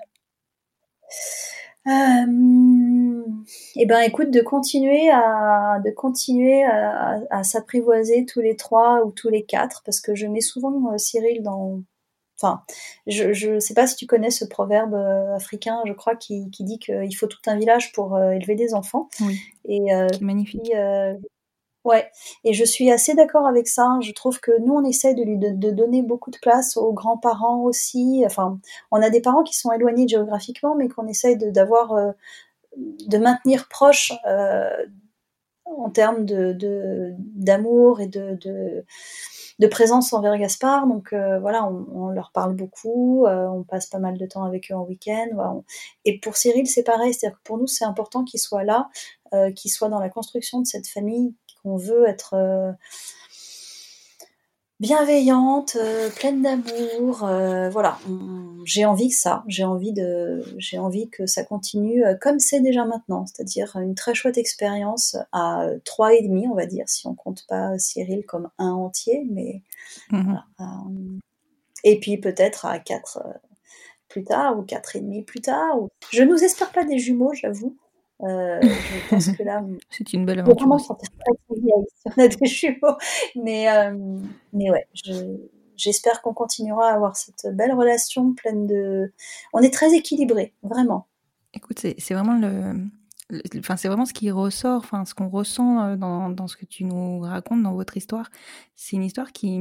Euh, eh ben, écoute, de continuer à, de continuer à, à- à s'apprivoiser tous les trois ou tous les quatre, parce que je mets souvent euh, Cyril dans, enfin, je, je sais pas si tu connais ce proverbe euh, africain, je crois, qui, qui dit qu'il faut tout un village pour euh, élever des enfants. Oui, Et euh, qui est magnifique. puis, euh, ouais, et je suis assez d'accord avec ça. Je trouve que nous, on essaie de lui de, de donner beaucoup de place aux grands-parents aussi. Enfin, on a des parents qui sont éloignés géographiquement, mais qu'on essaye de d'avoir, euh, de maintenir proches euh, en termes de, de d'amour et de, de de présence envers Gaspard. Donc euh, voilà, on, on leur parle beaucoup, euh, on passe pas mal de temps avec eux en week-end. Voilà, on... Et pour Cyril, c'est pareil. C'est-à-dire que pour nous, c'est important qu'il soit là, euh, qu'il soit dans la construction de cette famille qu'on veut être, euh, bienveillante, euh, pleine d'amour. Euh, voilà, on, j'ai envie que ça. J'ai envie de, j'ai envie que ça continue euh, comme c'est déjà maintenant, c'est-à-dire une très chouette expérience à euh, trois et demi, on va dire, si on compte pas Cyril comme un entier, mais mmh. voilà. Euh, et puis peut-être à quatre euh, plus tard ou quatre et demi plus tard. Ou... Je nous espère pas des jumeaux, j'avoue. Euh, je pense que là, c'est une belle aventure. Vraiment, ça très vieille si on a des jumeaux, mais euh, mais ouais, je, j'espère qu'on continuera à avoir cette belle relation pleine de. On est très équilibrés, vraiment. Écoute, c'est, c'est vraiment le, le, enfin c'est vraiment ce qui ressort, enfin ce qu'on ressent dans dans ce que tu nous racontes dans votre histoire. C'est une histoire qui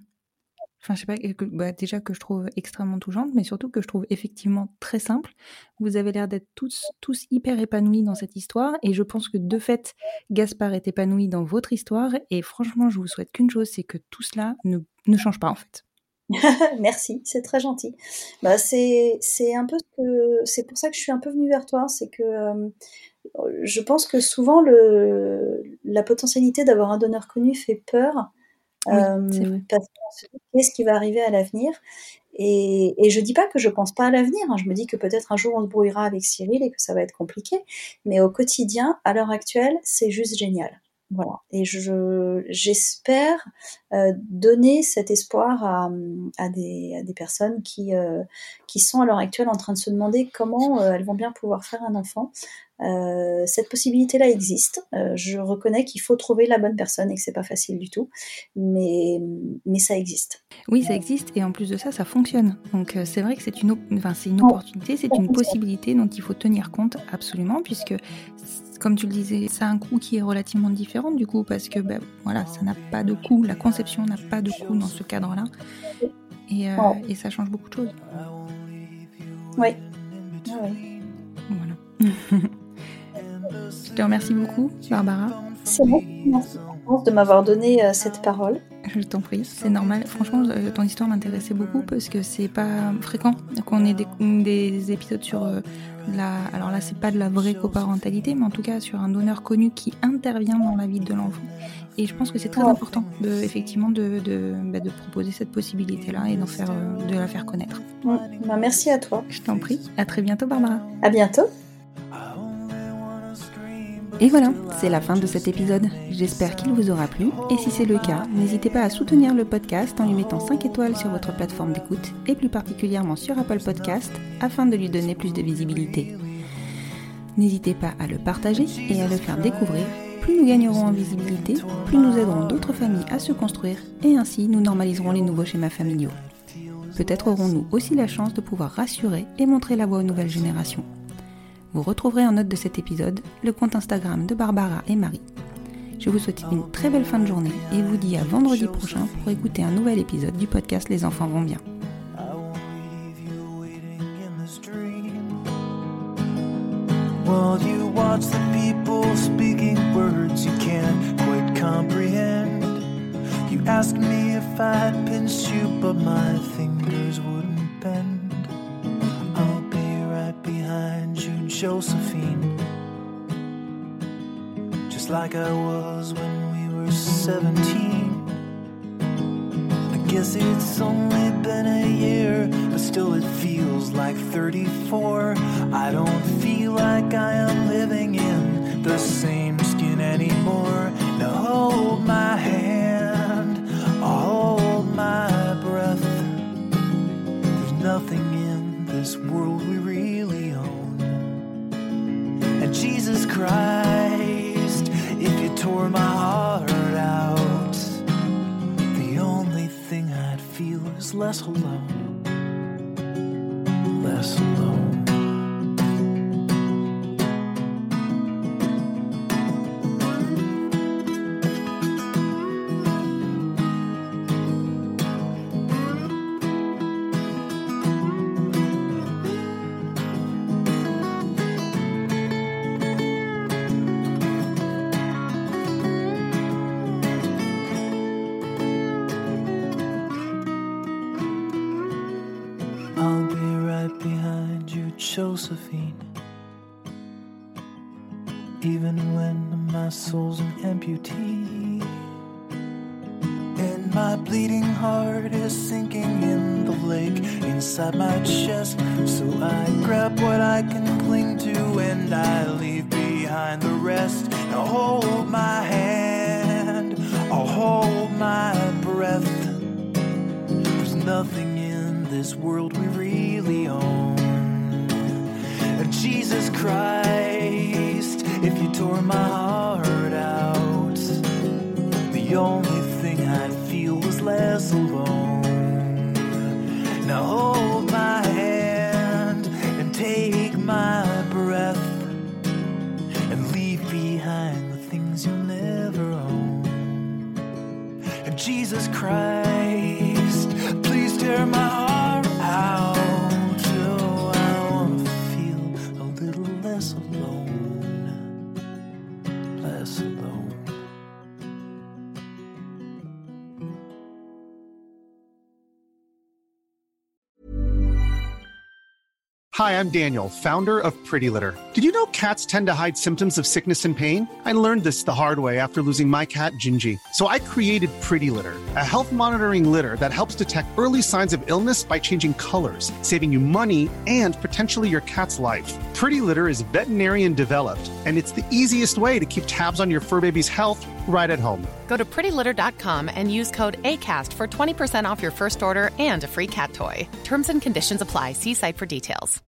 Enfin, je sais pas, que, bah, déjà que je trouve extrêmement touchante, mais surtout que je trouve effectivement très simple. Vous avez l'air d'être tous, tous hyper épanouis dans cette histoire, et je pense que de fait, Gaspard est épanoui dans votre histoire, et franchement, je vous souhaite qu'une chose, c'est que tout cela ne, ne change pas en fait. Merci, c'est très gentil. Bah, c'est, c'est un peu ce que, c'est pour ça que je suis un peu venue vers toi, c'est que euh, je pense que souvent le, la potentialité d'avoir un donneur connu fait peur. Oui, euh, parce qu'on se dit qu'est-ce qui va arriver à l'avenir, et, et je dis pas que je pense pas à l'avenir, hein. Je me dis que peut-être un jour on se brouillera avec Cyril et que ça va être compliqué, mais au quotidien, à l'heure actuelle, c'est juste génial. Voilà. Et je, j'espère euh, donner cet espoir à, à, des, à des personnes qui, euh, qui sont à l'heure actuelle en train de se demander comment euh, elles vont bien pouvoir faire un enfant. Euh, cette possibilité-là existe. Euh, je reconnais qu'il faut trouver la bonne personne et que c'est pas facile du tout, mais, mais ça existe. Oui, ça existe, et en plus de ça, ça fonctionne. Donc euh, c'est vrai que c'est une, op- enfin, c'est une opportunité, c'est une possibilité dont il faut tenir compte absolument, puisque comme tu le disais, ça a un coût qui est relativement différent du coup, parce que ben, voilà, ça n'a pas de coût, la conception n'a pas de coût dans ce cadre-là, et, euh, et ça change beaucoup de choses. Oui. Ah oui. Voilà. Je te remercie beaucoup, Barbara. C'est bon, merci de m'avoir donné euh, cette parole. Je t'en prie, c'est normal. Franchement, euh, ton histoire m'intéressait beaucoup parce que c'est pas fréquent qu'on ait des, des épisodes sur euh, la... Alors là, c'est pas de la vraie coparentalité, mais en tout cas sur un donneur connu qui intervient dans la vie de l'enfant. Et je pense que c'est très ouais. important, de, effectivement, de, de, bah, de proposer cette possibilité-là et d'en faire, euh, de la faire connaître. Ouais. Bah, merci à toi. Je t'en prie. À très bientôt, Barbara. À bientôt. Et voilà, c'est la fin de cet épisode. J'espère qu'il vous aura plu, et si c'est le cas, n'hésitez pas à soutenir le podcast en lui mettant cinq étoiles sur votre plateforme d'écoute, et plus particulièrement sur Apple Podcast, afin de lui donner plus de visibilité. N'hésitez pas à le partager et à le faire découvrir. Plus nous gagnerons en visibilité, plus nous aiderons d'autres familles à se construire, et ainsi nous normaliserons les nouveaux schémas familiaux. Peut-être aurons-nous aussi la chance de pouvoir rassurer et montrer la voie aux nouvelles générations. Vous retrouverez en note de cet épisode le compte Instagram de Barbara et Marie. Je vous souhaite une très belle fin de journée et vous dis à vendredi prochain pour écouter un nouvel épisode du podcast Les enfants vont bien. While you watch the people speaking words you can't quite comprehend, you ask me if I'd pinch you, but my fingers wouldn't bend. I'll be right behind you, Josephine, just like I was when we were seventeen. I guess it's only been a year, but still it feels like thirty-four. I don't feel like I am living in the same skin anymore. Now hold my hand, hold my breath. There's nothing in this world we really own. And Jesus Christ, if you tore my heart out, the only thing I'd feel is less alone, less alone. I'll be right behind you, Josephine, even when my soul's an amputee. And My bleeding heart is sinking in the lake inside my chest. So I grab what I can cling to and I leave behind the rest. Now hold my hand, I'll hold my breath. There's nothing in this world we really own. Jesus Christ, if you tore my heart out, the only thing I'd feel was less alone. Now hold my hand and take my breath and leave behind the things you'll never own. And Jesus Christ, please tear my heart out. Oh, I wanna feel a little less alone, less alone. Hi, I'm Daniel, founder of Pretty Litter. Did you know cats tend to hide symptoms of sickness and pain? I learned this the hard way after losing my cat, Gingy. So I created Pretty Litter, a health monitoring litter that helps detect early signs of illness by changing colors, saving you money and potentially your cat's life. Pretty Litter is veterinarian developed, and it's the easiest way to keep tabs on your fur baby's health right at home. Go to pretty litter dot com and use code ACAST for twenty percent off your first order and a free cat toy. Terms and conditions apply. See site for details.